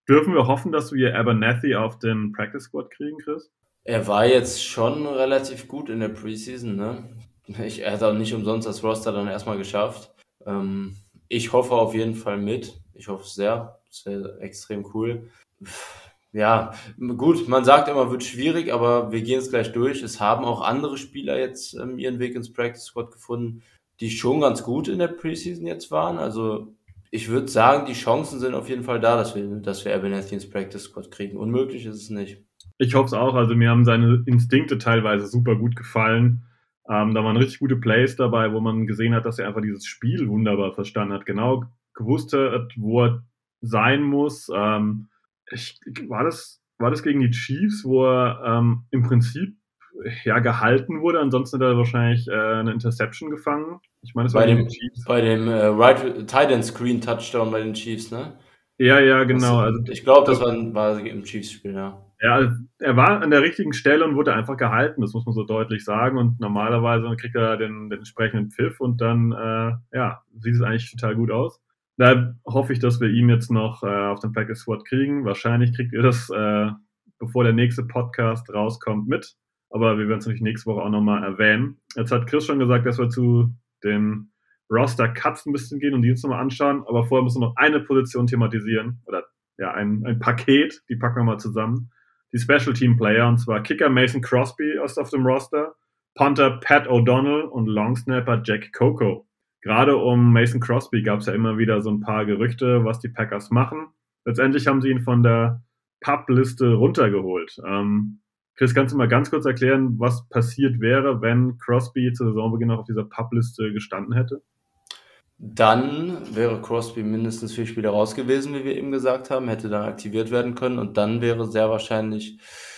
S3: Dürfen wir hoffen, dass wir Abernathy auf den Practice Squad kriegen, Chris?
S4: Er war jetzt schon relativ gut in der Preseason, ne? Ich, er hat auch nicht umsonst das Roster dann erstmal geschafft. Ähm, ich hoffe auf jeden Fall mit. Ich hoffe es sehr. Das wäre extrem cool. Ja, gut, man sagt immer, wird schwierig, aber wir gehen es gleich durch. Es haben auch andere Spieler jetzt ähm, ihren Weg ins Practice Squad gefunden, die schon ganz gut in der Preseason jetzt waren. Also ich würde sagen, die Chancen sind auf jeden Fall da, dass wir, dass wir Abernathy ins Practice Squad kriegen. Unmöglich ist es nicht.
S3: Ich hoffe es auch. Also mir haben seine Instinkte teilweise super gut gefallen. Ähm, da waren richtig gute Plays dabei, wo man gesehen hat, dass er einfach dieses Spiel wunderbar verstanden hat. Genau gewusst hat, wo er sein muss. Ähm, ich, war, das, war das gegen die Chiefs, wo er ähm, im Prinzip ja, gehalten wurde? Ansonsten hat er wahrscheinlich äh, eine Interception gefangen. Ich meine, es war
S4: Bei
S3: gegen
S4: dem,
S3: die Chiefs.
S4: bei dem äh, right, Tight End Screen Touchdown bei den Chiefs, ne?
S3: Ja, ja, genau.
S4: Das,
S3: Also,
S4: ich glaube, das war, war im Chiefs-Spiel, ja.
S3: Ja, er war an der richtigen Stelle und wurde einfach gehalten, das muss man so deutlich sagen. Und normalerweise kriegt er den, den entsprechenden Pfiff und dann äh, ja, sieht es eigentlich total gut aus. Da hoffe ich, dass wir ihn jetzt noch äh, auf den Practice Squad kriegen. Wahrscheinlich kriegt ihr das, äh, bevor der nächste Podcast rauskommt, mit. Aber wir werden es natürlich nächste Woche auch nochmal erwähnen. Jetzt hat Chris schon gesagt, dass wir zu den Roster-Cuts ein bisschen gehen und die uns nochmal anschauen. Aber vorher müssen wir noch eine Position thematisieren. Oder ja, ein, ein Paket, die packen wir mal zusammen. Die Special Team Player, und zwar Kicker Mason Crosby ist auf dem Roster, Punter Pat O'Donnell und Longsnapper Jack Coco. Gerade um Mason Crosby gab es ja immer wieder so ein paar Gerüchte, was die Packers machen. Letztendlich haben sie ihn von der P U P-Liste runtergeholt. Ähm, Chris, kannst du mal ganz kurz erklären, was passiert wäre, wenn Crosby zu Saisonbeginn noch auf dieser P U P-Liste gestanden hätte?
S4: Dann wäre Crosby mindestens vier Spiele raus gewesen, wie wir eben gesagt haben, hätte dann aktiviert werden können und dann wäre sehr wahrscheinlich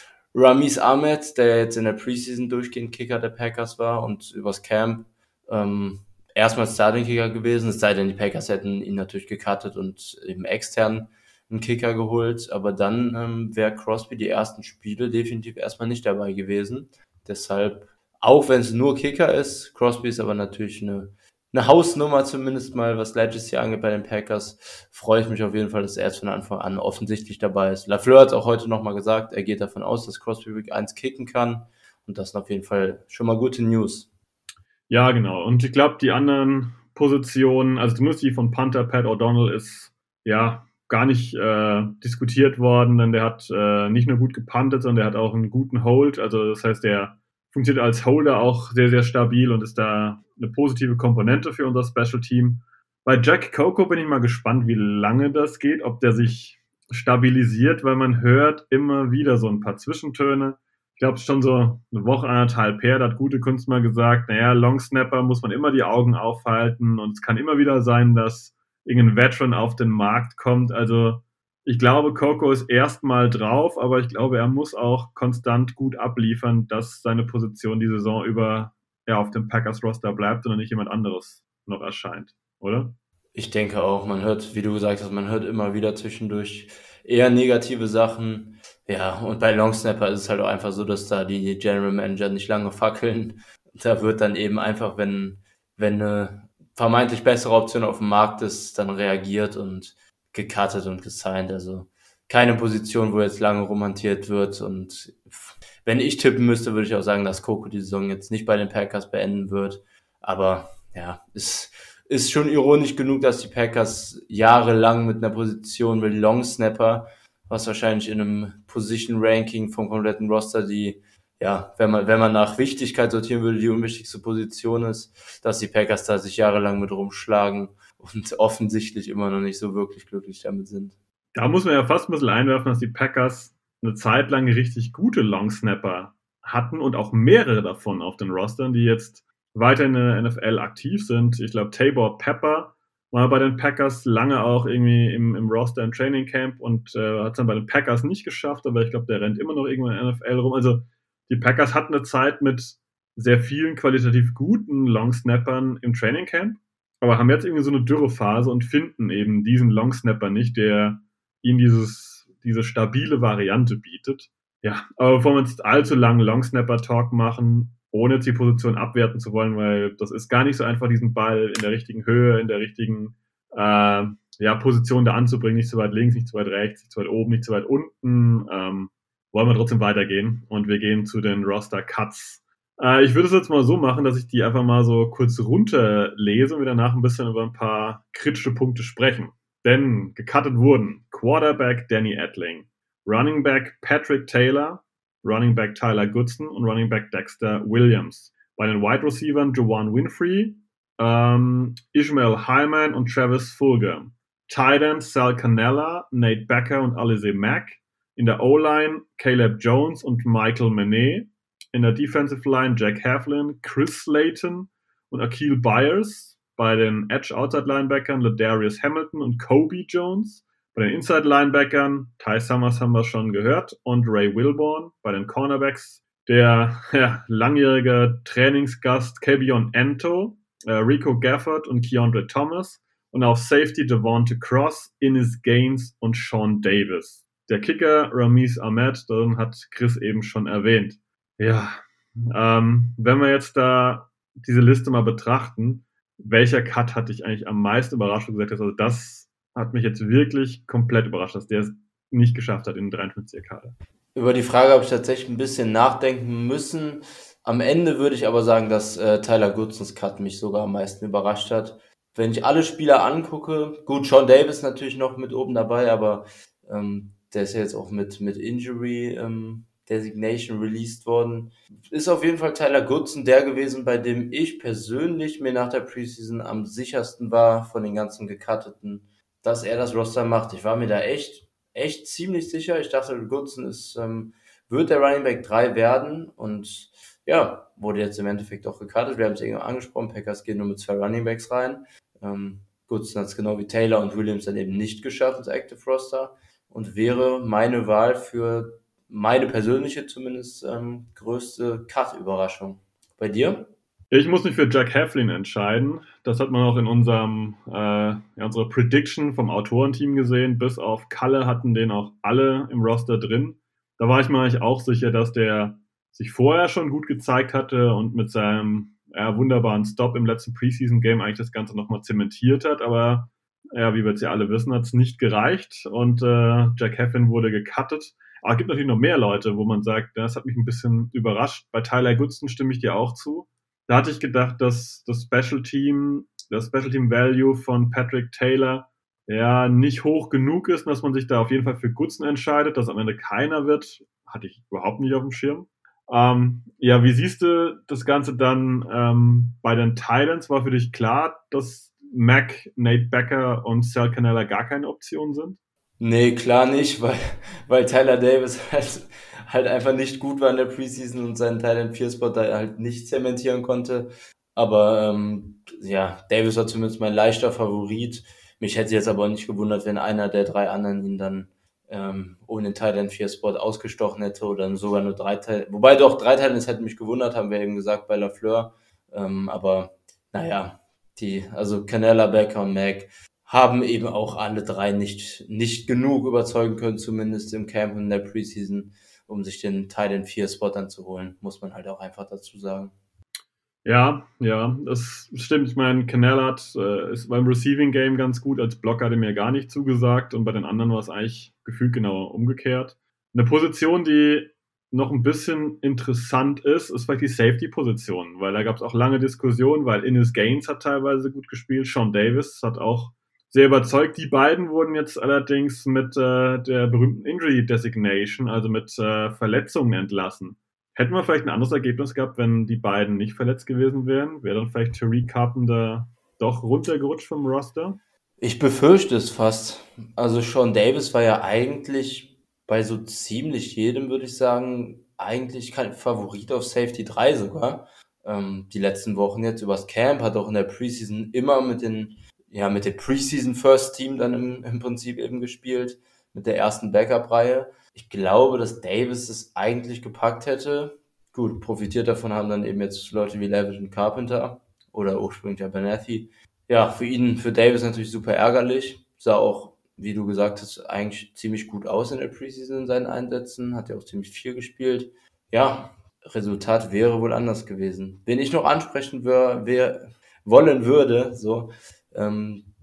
S4: Ramiz Ahmed, der jetzt in der Preseason durchgehend Kicker der Packers war und übers Camp ähm, erstmal Starting-Kicker gewesen, es sei denn, die Packers hätten ihn natürlich gecuttet und eben extern einen Kicker geholt, aber dann ähm, wäre Crosby die ersten Spiele definitiv erstmal nicht dabei gewesen. Deshalb, auch wenn es nur Kicker ist, Crosby ist aber natürlich eine eine Hausnummer zumindest mal, was Legacy angeht bei den Packers, freue ich mich auf jeden Fall, dass er erst von Anfang an offensichtlich dabei ist. LaFleur hat auch heute nochmal gesagt, er geht davon aus, dass Crosby Week eins kicken kann und das sind auf jeden Fall schon mal gute News.
S3: Ja, genau. Und ich glaube, die anderen Positionen, also zumindest die von Punter Pat O'Donnell ist ja gar nicht äh, diskutiert worden, denn der hat äh, nicht nur gut gepuntet, sondern der hat auch einen guten Hold, also das heißt, der funktioniert als Holder auch sehr, sehr stabil und ist da eine positive Komponente für unser Special Team. Bei Jack Coco bin ich mal gespannt, wie lange das geht, ob der sich stabilisiert, weil man hört immer wieder so ein paar Zwischentöne. Ich glaube, es ist schon so eine Woche, anderthalb her, da hat gute Kunst mal gesagt, naja, Longsnapper muss man immer die Augen aufhalten und es kann immer wieder sein, dass irgendein Veteran auf den Markt kommt. Also ich glaube, Coco ist erstmal drauf, aber ich glaube, er muss auch konstant gut abliefern, dass seine Position die Saison über ja, auf dem Packers-Roster bleibt und nicht jemand anderes noch erscheint, oder?
S4: Ich denke auch, man hört, wie du gesagt hast, man hört immer wieder zwischendurch eher negative Sachen. Ja, und bei Longsnapper ist es halt auch einfach so, dass da die General Manager nicht lange fackeln. Da wird dann eben einfach, wenn, wenn eine vermeintlich bessere Option auf dem Markt ist, dann reagiert und gecuttet und gesigned, also keine Position, wo jetzt lange romantiert wird und wenn ich tippen müsste, würde ich auch sagen, dass Coco die Saison jetzt nicht bei den Packers beenden wird, aber ja, es ist schon ironisch genug, dass die Packers jahrelang mit einer Position mit Longsnapper, was wahrscheinlich in einem Position-Ranking vom kompletten Roster die, ja, wenn man wenn man nach Wichtigkeit sortieren würde, die unwichtigste Position ist, dass die Packers da sich jahrelang mit rumschlagen und offensichtlich immer noch nicht so wirklich glücklich damit sind.
S3: Da muss man ja fast ein bisschen einwerfen, dass die Packers eine Zeit lang richtig gute Longsnapper hatten und auch mehrere davon auf den Rostern, die jetzt weiter in der N F L aktiv sind. Ich glaube, Tabor Pepper war bei den Packers lange auch irgendwie im, im Roster im Training Camp und äh, hat es dann bei den Packers nicht geschafft, aber ich glaube, der rennt immer noch irgendwo in der N F L rum. Also die Packers hatten eine Zeit mit sehr vielen qualitativ guten Longsnappern im Training Camp, aber haben jetzt irgendwie so eine Dürrephase und finden eben diesen Longsnapper nicht, der ihnen dieses, diese stabile Variante bietet. Ja, aber bevor wir jetzt allzu langen Longsnapper-Talk machen, ohne jetzt die Position abwerten zu wollen, weil das ist gar nicht so einfach, diesen Ball in der richtigen Höhe, in der richtigen, äh, ja, Position da anzubringen, nicht zu weit links, nicht zu weit rechts, nicht zu weit oben, nicht zu weit unten, ähm, wollen wir trotzdem weitergehen und wir gehen zu den Roster-Cuts. Äh, ich würde es jetzt mal so machen, dass ich die einfach mal so kurz runterlese und wir danach ein bisschen über ein paar kritische Punkte sprechen. Denn gecuttet wurden Quarterback Danny Etling, Running Back Patrick Taylor, Running Back Tyler Goodson und Running Back Dexter Williams. Bei den Wide Receivern Juwan Winfrey, ähm, Ishmael Hyman und Travis Fulgham. Tight End Sal Cannella, Nate Becker und Alize Mack. In der O-Line Caleb Jones und Michael Manet. In der Defensive Line Jack Heflin, Chris Slayton und Akil Byers. Bei den Edge-Outside-Linebackern Ladarius Hamilton und Kobe Jones. Bei den Inside-Linebackern Ty Summers haben wir schon gehört und Ray Wilborn. Bei den Cornerbacks der ja, langjährige Trainingsgast Kevion Ento, äh, Rico Gafford und Keandre Thomas. Und auf Safety Devonta Cross, Innis Gaines und Sean Davis. Der Kicker Ramiz Ahmed, den hat Chris eben schon erwähnt. Ja, ähm, wenn wir jetzt da diese Liste mal betrachten, welcher Cut hat dich eigentlich am meisten überrascht und gesagt hast, also das hat mich jetzt wirklich komplett überrascht, dass der es nicht geschafft hat in den dreiundfünfziger Kader.
S4: Über die Frage habe ich tatsächlich ein bisschen nachdenken müssen. Am Ende würde ich aber sagen, dass äh, Tyler Goodsons Cut mich sogar am meisten überrascht hat. Wenn ich alle Spieler angucke, gut, Sean Davis natürlich noch mit oben dabei, aber ähm, der ist ja jetzt auch mit, mit Injury ähm, Designation released worden. Ist auf jeden Fall Tyler Goodson der gewesen, bei dem ich persönlich mir nach der Preseason am sichersten war von den ganzen Gecutteten, dass er das Roster macht. Ich war mir da echt, echt ziemlich sicher. Ich dachte, Goodson ist, ähm, wird der Running Back drei werden und ja, wurde jetzt im Endeffekt auch gecuttet. Wir haben es eben angesprochen, Packers gehen nur mit zwei Running Backs rein. Ähm, Goodson hat es genau wie Taylor und Williams dann eben nicht geschafft ins Active Roster und wäre meine Wahl für meine persönliche zumindest ähm, größte Cut-Überraschung. Bei dir?
S3: Ich muss mich für Jack Heflin entscheiden. Das hat man auch in unserem äh, ja, unserer Prediction vom Autorenteam gesehen. Bis auf Kalle hatten den auch alle im Roster drin. Da war ich mir eigentlich auch sicher, dass der sich vorher schon gut gezeigt hatte und mit seinem ja, wunderbaren Stop im letzten Preseason-Game eigentlich das Ganze nochmal zementiert hat. Aber ja, wie wir jetzt ja alle wissen, hat es nicht gereicht und äh, Jack Heflin wurde gecuttet. Aber es gibt natürlich noch mehr Leute, wo man sagt, das hat mich ein bisschen überrascht. Bei Tyler Goodson stimme ich dir auch zu. Da hatte ich gedacht, dass das Special Team, das Special Team Value von Patrick Taylor ja nicht hoch genug ist, dass man sich da auf jeden Fall für Goodson entscheidet, dass am Ende keiner wird, hatte ich überhaupt nicht auf dem Schirm. Ähm, ja, wie siehst du das Ganze dann ähm, bei den Titans? War für dich klar, dass Mack, Nate Becker und Sal Cannella gar keine Option sind?
S4: Nee, klar nicht, weil, weil Tyler Davis halt, halt einfach nicht gut war in der Preseason und seinen Tight vier Spot da halt nicht zementieren konnte. Aber ähm, ja, Davis war zumindest mein leichter Favorit. Mich hätte jetzt aber nicht gewundert, wenn einer der drei anderen ihn dann ähm, ohne den Tight vier Spot ausgestochen hätte oder sogar nur drei Teile. Wobei doch drei Teile, das hätte mich gewundert, haben wir eben gesagt bei Lafleur. Ähm, aber naja, die, also Cannella, Becker und Mack haben eben auch alle drei nicht, nicht genug überzeugen können, zumindest im Camp und in der Preseason, um sich den Tight vier Spot dann zu holen, muss man halt auch einfach dazu sagen.
S3: Ja, ja, das stimmt. Ich meine, Cannella hat, äh, ist beim Receiving Game ganz gut. Als Blocker hat er mir gar nicht zugesagt und bei den anderen war es eigentlich gefühlt genau umgekehrt. Eine Position, die noch ein bisschen interessant ist, ist vielleicht die Safety-Position, weil da gab es auch lange Diskussionen, weil Innis Gaines hat teilweise gut gespielt, Sean Davis hat auch sehr überzeugt. Die beiden wurden jetzt allerdings mit äh, der berühmten Injury Designation, also mit äh, Verletzungen entlassen. Hätten wir vielleicht ein anderes Ergebnis gehabt, wenn die beiden nicht verletzt gewesen wären? Wäre dann vielleicht Tariq Carpenter doch runtergerutscht vom Roster?
S4: Ich befürchte es fast. Also Sean Davis war ja eigentlich bei so ziemlich jedem, würde ich sagen, eigentlich kein Favorit auf Safety drei sogar. Ähm, die letzten Wochen jetzt übers Camp, hat auch in der Preseason immer mit den ja mit dem Preseason First Team dann im, im Prinzip eben gespielt, mit der ersten Backup-Reihe. Ich glaube, dass Davis es eigentlich gepackt hätte. Gut, profitiert davon haben dann eben jetzt Leute wie Levitt und Carpenter oder ursprünglich ja Benethi. Ja, für ihn, für Davis natürlich super ärgerlich. Sah auch, wie du gesagt hast, eigentlich ziemlich gut aus in der Preseason in seinen Einsätzen. Hat ja auch ziemlich viel gespielt. Ja, Resultat wäre wohl anders gewesen. Wen ich noch ansprechen wär, wär, wollen würde, so, ähm,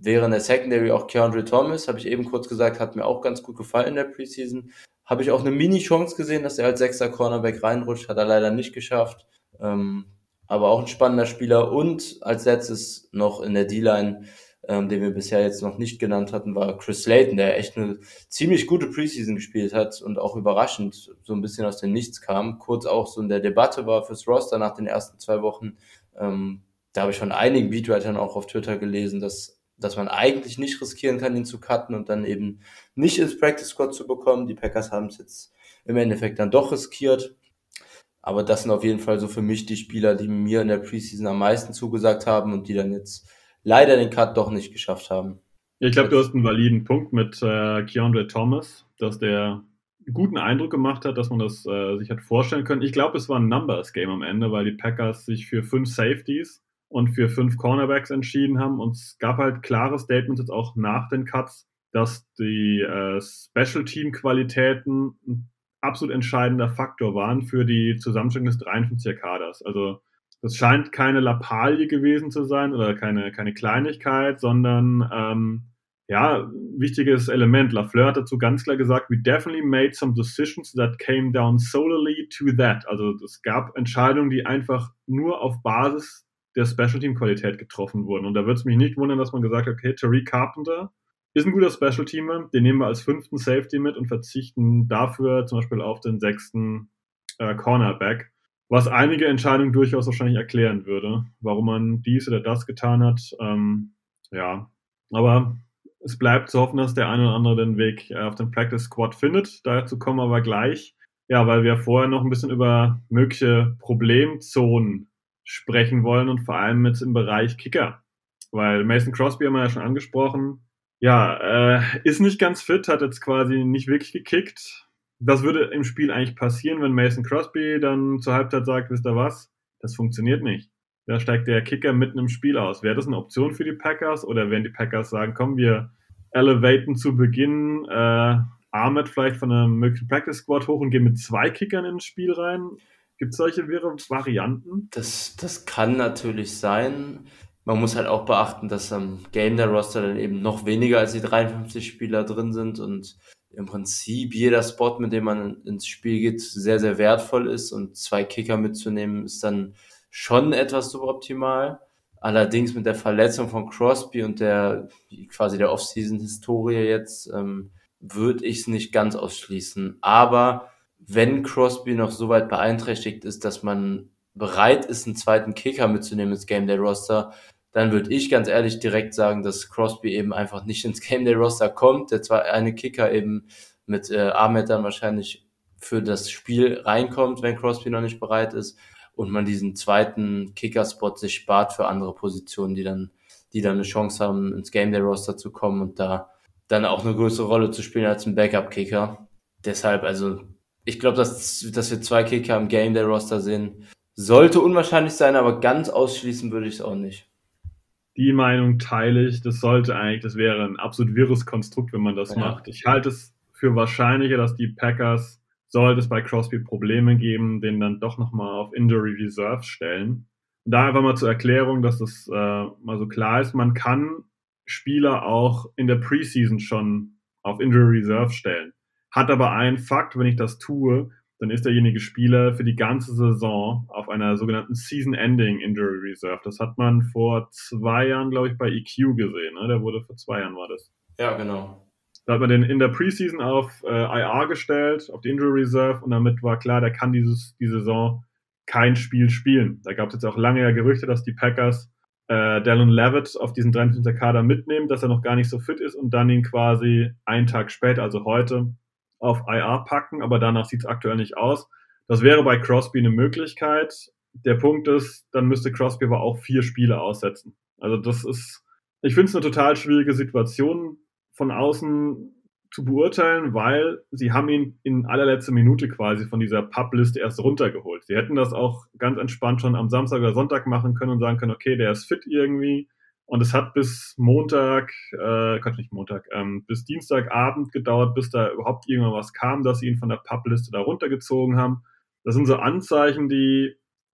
S4: wäre in der Secondary auch Keandre Thomas, habe ich eben kurz gesagt, hat mir auch ganz gut gefallen in der Preseason. Habe ich auch eine Mini-Chance gesehen, dass er als sechster Cornerback reinrutscht, hat er leider nicht geschafft. Ähm, aber auch ein spannender Spieler. Und als letztes noch in der D-Line, ähm, den wir bisher jetzt noch nicht genannt hatten, war Chris Slayton, der echt eine ziemlich gute Preseason gespielt hat und auch überraschend so ein bisschen aus dem Nichts kam. Kurz auch so in der Debatte war fürs Roster nach den ersten zwei Wochen. Ähm, da habe ich von einigen Beatwritern auch auf Twitter gelesen, dass dass man eigentlich nicht riskieren kann, ihn zu cutten und dann eben nicht ins Practice Squad zu bekommen. Die Packers haben es jetzt im Endeffekt dann doch riskiert. Aber das sind auf jeden Fall so für mich die Spieler, die mir in der Preseason am meisten zugesagt haben und die dann jetzt leider den Cut doch nicht geschafft haben.
S3: Ich glaube, du hast einen validen Punkt mit äh, Keandre Thomas, dass der einen guten Eindruck gemacht hat, dass man das äh, sich hat vorstellen können. Ich glaube, es war ein Numbers-Game am Ende, weil die Packers sich für fünf Safeties und für fünf Cornerbacks entschieden haben. Und es gab halt klare Statements jetzt auch nach den Cuts, dass die äh, Special-Team-Qualitäten ein absolut entscheidender Faktor waren für die Zusammenstellung des dreiundfünfziger Kaders. Also das scheint keine Lappalie gewesen zu sein oder keine, keine Kleinigkeit, sondern ähm, ja, ein wichtiges Element. LaFleur hat dazu ganz klar gesagt, we definitely made some decisions that came down solely to that. Also es gab Entscheidungen, die einfach nur auf Basis der Special-Team-Qualität getroffen wurden. Und da würde es mich nicht wundern, dass man gesagt hat, okay, Tariq Carpenter ist ein guter Special-Teamer, den nehmen wir als fünften Safety mit und verzichten dafür zum Beispiel auf den sechsten äh, Cornerback, was einige Entscheidungen durchaus wahrscheinlich erklären würde, warum man dies oder das getan hat. Ähm, ja, aber es bleibt zu hoffen, dass der eine oder andere den Weg äh, auf den Practice Squad findet. Dazu kommen wir aber gleich. Ja, weil wir vorher noch ein bisschen über mögliche Problemzonen sprechen wollen und vor allem jetzt im Bereich Kicker. Weil Mason Crosby haben wir ja schon angesprochen. Ja, äh, ist nicht ganz fit, hat jetzt quasi nicht wirklich gekickt. Was würde im Spiel eigentlich passieren, wenn Mason Crosby dann zur Halbzeit sagt, wisst ihr was, das funktioniert nicht. Da steigt der Kicker mitten im Spiel aus. Wäre das eine Option für die Packers oder werden die Packers sagen, komm, wir elevaten zu Beginn äh, Ahmed vielleicht von einem möglichen Practice Squad hoch und gehen mit zwei Kickern ins Spiel rein? Gibt es solche Varianten?
S4: Das, das kann natürlich sein. Man muss halt auch beachten, dass am Game Day Roster dann eben noch weniger als die dreiundfünfzig Spieler drin sind und im Prinzip jeder Spot, mit dem man ins Spiel geht, sehr, sehr wertvoll ist und zwei Kicker mitzunehmen ist dann schon etwas suboptimal. Allerdings mit der Verletzung von Crosby und der quasi der Off-Season-Historie jetzt ähm, würde ich es nicht ganz ausschließen. Aber wenn Crosby noch so weit beeinträchtigt ist, dass man bereit ist, einen zweiten Kicker mitzunehmen ins Game Day Roster, dann würde ich ganz ehrlich direkt sagen, dass Crosby eben einfach nicht ins Game Day Roster kommt. Der zwar eine Kicker eben mit äh, Ahmed dann wahrscheinlich für das Spiel reinkommt, wenn Crosby noch nicht bereit ist und man diesen zweiten Kicker-Spot sich spart für andere Positionen, die dann, die dann eine Chance haben, ins Game Day Roster zu kommen und da dann auch eine größere Rolle zu spielen als ein Backup-Kicker. Deshalb, also ich glaube, dass, dass wir zwei Kicker im Game Day Roster sehen, sollte unwahrscheinlich sein, aber ganz ausschließen würde ich es auch nicht.
S3: Die Meinung teile ich. Das sollte eigentlich, das wäre ein absolut wirres Konstrukt, wenn man das
S4: Ja.
S3: macht. Ich halte es für wahrscheinlicher, dass die Packers, sollte es bei Crosby Probleme geben, den dann doch nochmal auf Injury Reserve stellen. Und da einfach mal zur Erklärung, dass das äh, mal so klar ist, man kann Spieler auch in der Preseason schon auf Injury Reserve stellen. Hat aber einen Fakt, wenn ich das tue, dann ist derjenige Spieler für die ganze Saison auf einer sogenannten Season-Ending Injury Reserve. Das hat man vor zwei Jahren, glaube ich, bei E Q gesehen. Ne? Der wurde vor zwei Jahren, war das.
S4: Ja, genau.
S3: Da hat man den in der Preseason auf äh, I R gestellt, auf die Injury Reserve, und damit war klar, der kann dieses, die Saison kein Spiel spielen. Da gab es jetzt auch lange ja Gerüchte, dass die Packers äh, Dallin Leavitt auf diesen dreiundfünfziger Kader mitnehmen, dass er noch gar nicht so fit ist und dann ihn quasi einen Tag später, also heute, auf I R packen, aber danach sieht es aktuell nicht aus. Das wäre bei Crosby eine Möglichkeit. Der Punkt ist, dann müsste Crosby aber auch vier Spiele aussetzen. Also das ist, ich finde es eine total schwierige Situation von außen zu beurteilen, weil sie haben ihn in allerletzter Minute quasi von dieser Publiste erst runtergeholt. Sie hätten das auch ganz entspannt schon am Samstag oder Sonntag machen können und sagen können, okay, der ist fit irgendwie. Und es hat bis Montag, äh, Gott nicht Montag, ähm, bis Dienstagabend gedauert, bis da überhaupt irgendwas kam, dass sie ihn von der Publiste da runtergezogen haben. Das sind so Anzeichen, die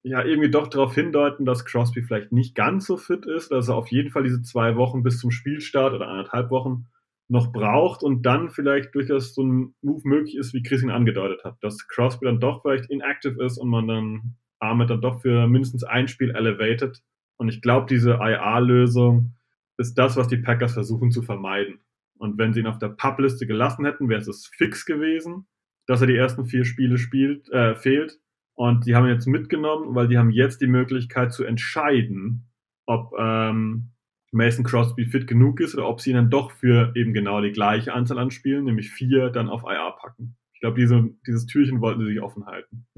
S3: ja irgendwie doch darauf hindeuten, dass Crosby vielleicht nicht ganz so fit ist, dass er auf jeden Fall diese zwei Wochen bis zum Spielstart oder anderthalb Wochen noch braucht und dann vielleicht durchaus so ein Move möglich ist, wie Chris ihn angedeutet hat, dass Crosby dann doch vielleicht inactive ist und man dann Ahmed dann doch für mindestens ein Spiel elevated. Und ich glaube, diese I R-Lösung ist das, was die Packers versuchen zu vermeiden. Und wenn sie ihn auf der Pup-Liste gelassen hätten, wäre es fix gewesen, dass er die ersten vier Spiele spielt, äh, fehlt. Und die haben ihn jetzt mitgenommen, weil die haben jetzt die Möglichkeit zu entscheiden, ob ähm, Mason Crosby fit genug ist oder ob sie ihn dann doch für eben genau die gleiche Anzahl an Spielen, nämlich vier, dann auf I R packen. Ich glaube, diese, dieses Türchen wollten sie sich offen halten.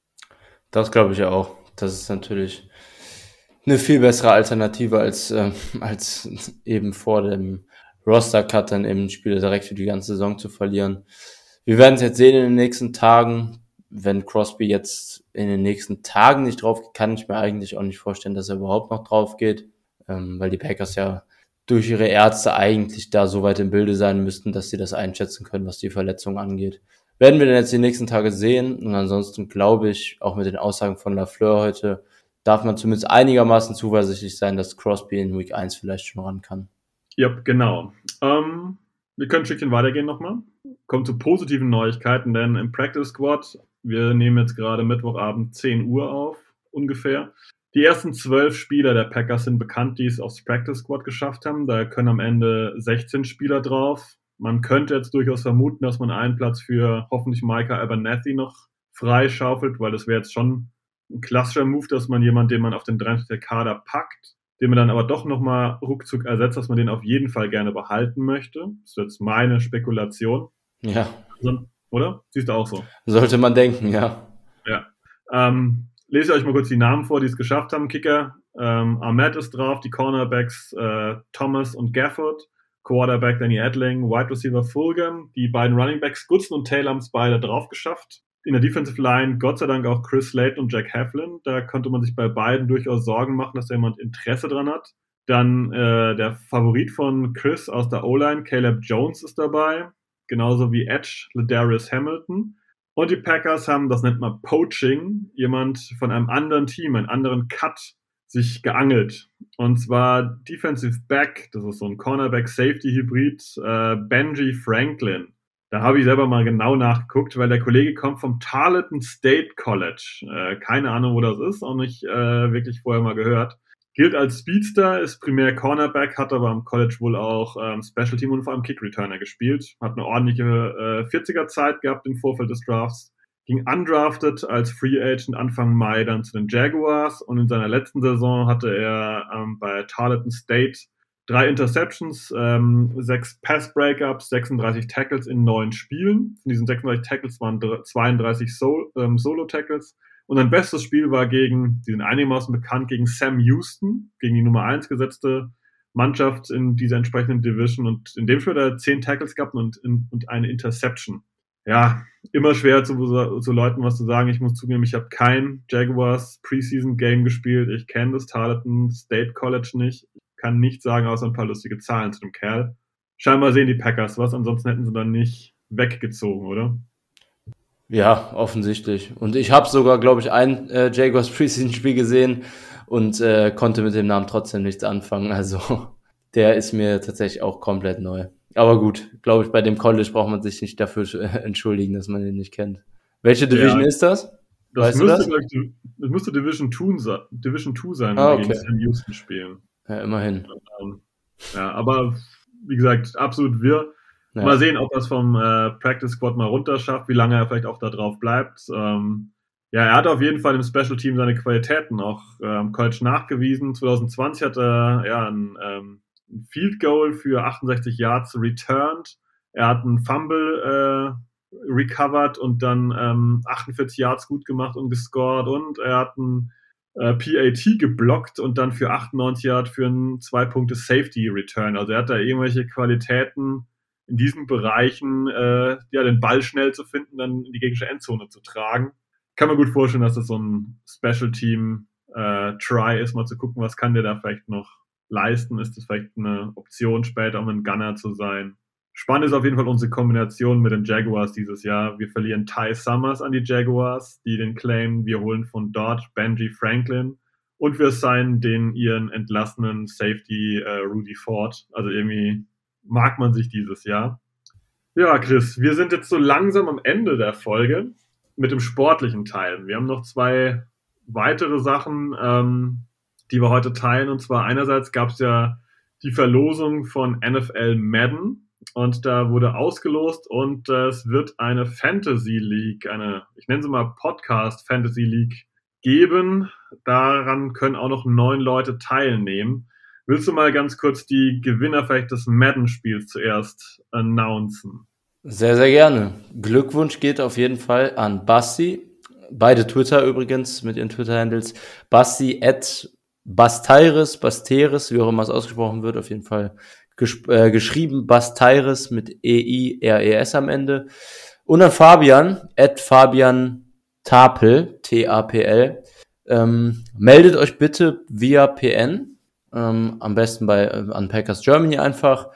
S4: Das glaube ich auch. Das ist natürlich eine viel bessere Alternative als, äh, als eben vor dem Roster-Cut dann eben Spieler direkt für die ganze Saison zu verlieren. Wir werden es jetzt sehen in den nächsten Tagen. Wenn Crosby jetzt in den nächsten Tagen nicht drauf geht, kann ich mir eigentlich auch nicht vorstellen, dass er überhaupt noch drauf geht, ähm, weil die Packers ja durch ihre Ärzte eigentlich da so weit im Bilde sein müssten, dass sie das einschätzen können, was die Verletzung angeht. Werden wir denn jetzt die nächsten Tage sehen, und ansonsten glaube ich, auch mit den Aussagen von Lafleur heute, darf man zumindest einigermaßen zuversichtlich sein, dass Crosby in Week eins vielleicht schon ran kann.
S3: Ja, genau. Ähm, wir können ein Stückchen weitergehen nochmal. Kommt zu positiven Neuigkeiten, denn im Practice Squad, wir nehmen jetzt gerade Mittwochabend zehn Uhr auf, ungefähr. Die ersten zwölf Spieler der Packers sind bekannt, die es aufs Practice Squad geschafft haben. Da können am Ende sechzehn Spieler drauf. Man könnte jetzt durchaus vermuten, dass man einen Platz für hoffentlich Micah Abernathy noch freischaufelt, weil das wäre jetzt schon ein klassischer Move, dass man jemanden, den man auf den dreißigsten Kader packt, den man dann aber doch nochmal ruckzuck ersetzt, dass man den auf jeden Fall gerne behalten möchte. Das ist jetzt meine Spekulation.
S4: Ja.
S3: Oder? Siehst du auch so?
S4: Sollte man denken, ja.
S3: Ja. Ähm, lese euch mal kurz die Namen vor, die es geschafft haben. Kicker, ähm, Ahmed ist drauf, die Cornerbacks äh, Thomas und Gafford, Quarterback Danny Edling, Wide Receiver Fulgham, die beiden Runningbacks Goodson und Taylor haben es beide drauf geschafft. In der Defensive Line Gott sei Dank auch Chris Slayton und Jack Heflin. Da konnte man sich bei beiden durchaus Sorgen machen, dass da jemand Interesse dran hat. Dann äh, der Favorit von Chris aus der O-Line, Caleb Jones, ist dabei. Genauso wie Edge, Ladarius Hamilton. Und die Packers haben, das nennt man Poaching, jemand von einem anderen Team, einen anderen Cut, sich geangelt. Und zwar Defensive Back, das ist so ein Cornerback-Safety-Hybrid, äh, Benji Franklin. Da habe ich selber mal genau nachgeguckt, weil der Kollege kommt vom Tarleton State College. Äh, keine Ahnung, wo das ist, auch nicht äh, wirklich vorher mal gehört. Gilt als Speedster, ist primär Cornerback, hat aber am College wohl auch ähm, Special Team und vor allem Kick-Returner gespielt. Hat eine ordentliche äh, vierziger-Zeit gehabt im Vorfeld des Drafts. Ging undrafted als Free Agent Anfang Mai dann zu den Jaguars. Und in seiner letzten Saison hatte er ähm, bei Tarleton State drei Interceptions, ähm, sechs Pass-Breakups, sechsunddreißig Tackles in neun Spielen. Von diesen sechsunddreißig Tackles waren zweiunddreißig Sol- ähm, Solo-Tackles. Und sein bestes Spiel war gegen, die sind einigermaßen bekannt, gegen Sam Houston, gegen die Nummer eins gesetzte Mannschaft in dieser entsprechenden Division. Und in dem Spiel hat er zehn Tackles gehabt und, und eine Interception. Ja, immer schwer zu, zu Leuten was zu sagen. Ich muss zugeben, ich habe kein Jaguars Preseason Game gespielt. Ich kenne das Tarleton State College nicht. Ich kann nichts sagen, außer ein paar lustige Zahlen zu dem Kerl. Scheinbar sehen die Packers was, ansonsten hätten sie dann nicht weggezogen, oder?
S4: Ja, offensichtlich. Und ich habe sogar, glaube ich, ein äh, Jaguars Preseason-Spiel gesehen und äh, konnte mit dem Namen trotzdem nichts anfangen. Also der ist mir tatsächlich auch komplett neu. Aber gut, glaube ich, bei dem College braucht man sich nicht dafür äh, entschuldigen, dass man den nicht kennt. Welche Division
S3: Ja,
S4: ist das?
S3: Das
S4: Weißt
S3: müsste,
S4: du das?
S3: ich, das müsste Division zwei, Division zwei sein, wenn
S4: Ah,
S3: wir gegen
S4: okay.
S3: Sam Houston spielen.
S4: Ja, immerhin.
S3: Ja, aber wie gesagt, absolut wirr.
S4: Ja.
S3: Mal sehen, ob er es vom äh, Practice Squad mal runterschafft, wie lange er vielleicht auch da drauf bleibt. Ähm, ja, er hat auf jeden Fall im Special Team seine Qualitäten auch ähm, College nachgewiesen. zwanzig zwanzig hat er ja ein, ähm, ein Field Goal für achtundsechzig Yards returned. Er hat einen Fumble äh, recovered und dann ähm, achtundvierzig Yards gut gemacht und gescored, und er hat einen äh, P A T geblockt und dann für achtundneunzig Yards für einen zwei Punkte Safety Return. Also er hat da irgendwelche Qualitäten in diesen Bereichen, äh, ja, den Ball schnell zu finden, dann in die gegnerische Endzone zu tragen. Kann man gut vorstellen, dass das so ein Special Team äh, Try ist, mal zu gucken, was kann der da vielleicht noch leisten. Ist das vielleicht eine Option später, um ein Gunner zu sein? Spannend ist auf jeden Fall unsere Kombination mit den Jaguars dieses Jahr. Wir verlieren Ty Summers an die Jaguars, die den claimen. Wir holen von dort Benji Franklin und wir signen den ihren entlassenen Safety äh, Rudy Ford. Also irgendwie mag man sich dieses Jahr. Ja, Chris, wir sind jetzt so langsam am Ende der Folge mit dem sportlichen Teil. Wir haben noch zwei weitere Sachen, ähm, die wir heute teilen. Und zwar einerseits gab es ja die Verlosung von N F L Madden. Und da wurde ausgelost und äh, es wird eine Fantasy League, eine, ich nenne sie mal Podcast Fantasy League geben. Daran können auch noch neun Leute teilnehmen. Willst du mal ganz kurz die Gewinner vielleicht des Madden-Spiels zuerst announcen?
S4: Sehr, sehr gerne. Glückwunsch geht auf jeden Fall an Basti. Beide Twitter übrigens mit ihren Twitter-Handles. Basti at Basteires, Basteires, wie auch immer es ausgesprochen wird, auf jeden Fall Gesp- äh, geschrieben, Basteires mit E I R E S am Ende. Und dann Fabian, at Fabian Tapel, T A P L. Ähm, meldet euch bitte via P N, ähm, am besten bei äh, an Packers Germany einfach.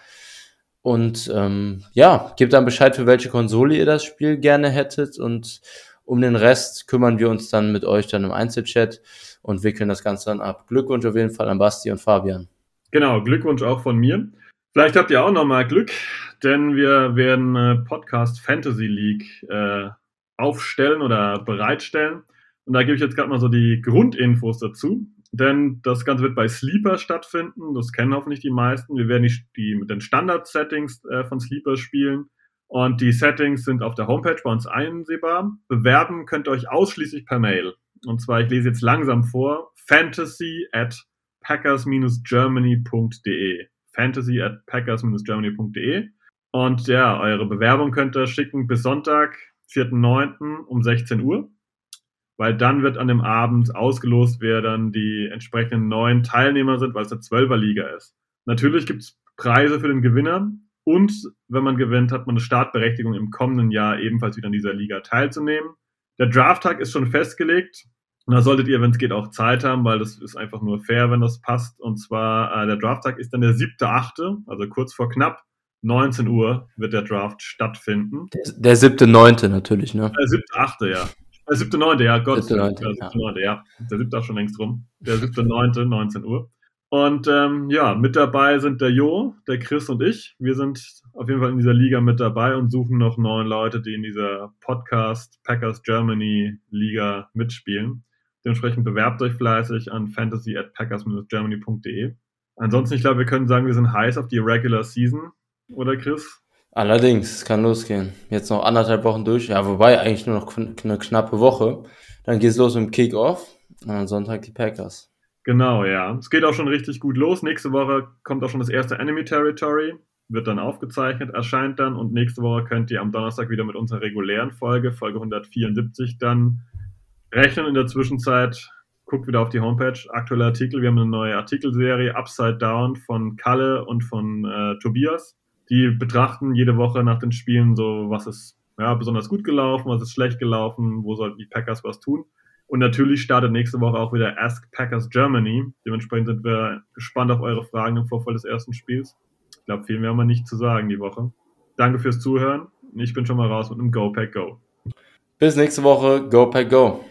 S4: Und ähm, ja, gebt dann Bescheid, für welche Konsole ihr das Spiel gerne hättet. Und um den Rest kümmern wir uns dann mit euch dann im Einzelchat und wickeln das Ganze dann ab. Glückwunsch auf jeden Fall an Basti und Fabian.
S3: Genau, Glückwunsch auch von mir. Vielleicht habt ihr auch nochmal Glück, denn wir werden äh, Podcast Fantasy League äh, aufstellen oder bereitstellen. Und da gebe ich jetzt gerade mal so die Grundinfos dazu. Denn das Ganze wird bei Sleeper stattfinden. Das kennen hoffentlich die meisten. Wir werden die, die mit den Standard-Settings äh, von Sleeper spielen. Und die Settings sind auf der Homepage bei uns einsehbar. Bewerben könnt ihr euch ausschließlich per Mail. Und zwar, ich lese jetzt langsam vor, fantasy at packers germany punkt de. fantasy at packers germany punkt de. Und ja, eure Bewerbung könnt ihr schicken bis Sonntag, vierten neunten um sechzehn Uhr. Weil dann wird an dem Abend ausgelost, wer dann die entsprechenden neuen Teilnehmer sind, weil es eine Zwölfer-Liga ist. Natürlich gibt es Preise für den Gewinner und wenn man gewinnt, hat man eine Startberechtigung im kommenden Jahr ebenfalls wieder an dieser Liga teilzunehmen. Der Drafttag ist schon festgelegt und da solltet ihr, wenn es geht, auch Zeit haben, weil das ist einfach nur fair, wenn das passt. Und zwar, äh, der Drafttag ist dann der siebte achte, also kurz vor knapp neunzehn Uhr wird der Draft stattfinden.
S4: Der, der siebte neunte natürlich, ne?
S3: Der siebte achte, ja. Der siebte neunte, ja, Gott.
S4: siebte neunte,
S3: der siebte neunte, ja. Der siebte auch schon längst rum. Der siebte neunte, neunzehn Uhr. Und ähm, ja, mit dabei sind der Jo, der Chris und ich. Wir sind auf jeden Fall in dieser Liga mit dabei und suchen noch neun Leute, die in dieser Podcast Packers Germany Liga mitspielen. Dementsprechend bewerbt euch fleißig an fantasy at packers germany punkt de. Ansonsten, ich glaube, wir können sagen, wir sind heiß auf die Regular Season, oder Chris?
S4: Allerdings, es kann losgehen. Jetzt noch anderthalb Wochen durch. Ja, wobei eigentlich nur noch eine knappe Woche. Dann geht's los mit dem Kick-Off und am Sonntag die Packers.
S3: Genau, ja. Es geht auch schon richtig gut los. Nächste Woche kommt auch schon das erste Enemy Territory. Wird dann aufgezeichnet, erscheint dann. Und nächste Woche könnt ihr am Donnerstag wieder mit unserer regulären Folge, Folge hundertvierundsiebzig, dann rechnen. In der Zwischenzeit guckt wieder auf die Homepage. Aktuelle Artikel. Wir haben eine neue Artikelserie, Upside Down, von Kalle und von äh, Tobias. Die betrachten jede Woche nach den Spielen so, was ist ja, besonders gut gelaufen, was ist schlecht gelaufen, wo sollten die Packers was tun. Und natürlich startet nächste Woche auch wieder Ask Packers Germany. Dementsprechend sind wir gespannt auf eure Fragen im Vorfeld des ersten Spiels. Ich glaube, viel mehr haben wir nicht zu sagen die Woche. Danke fürs Zuhören. Ich bin schon mal raus mit einem Go Pack Go.
S4: Bis nächste Woche. Go Pack Go.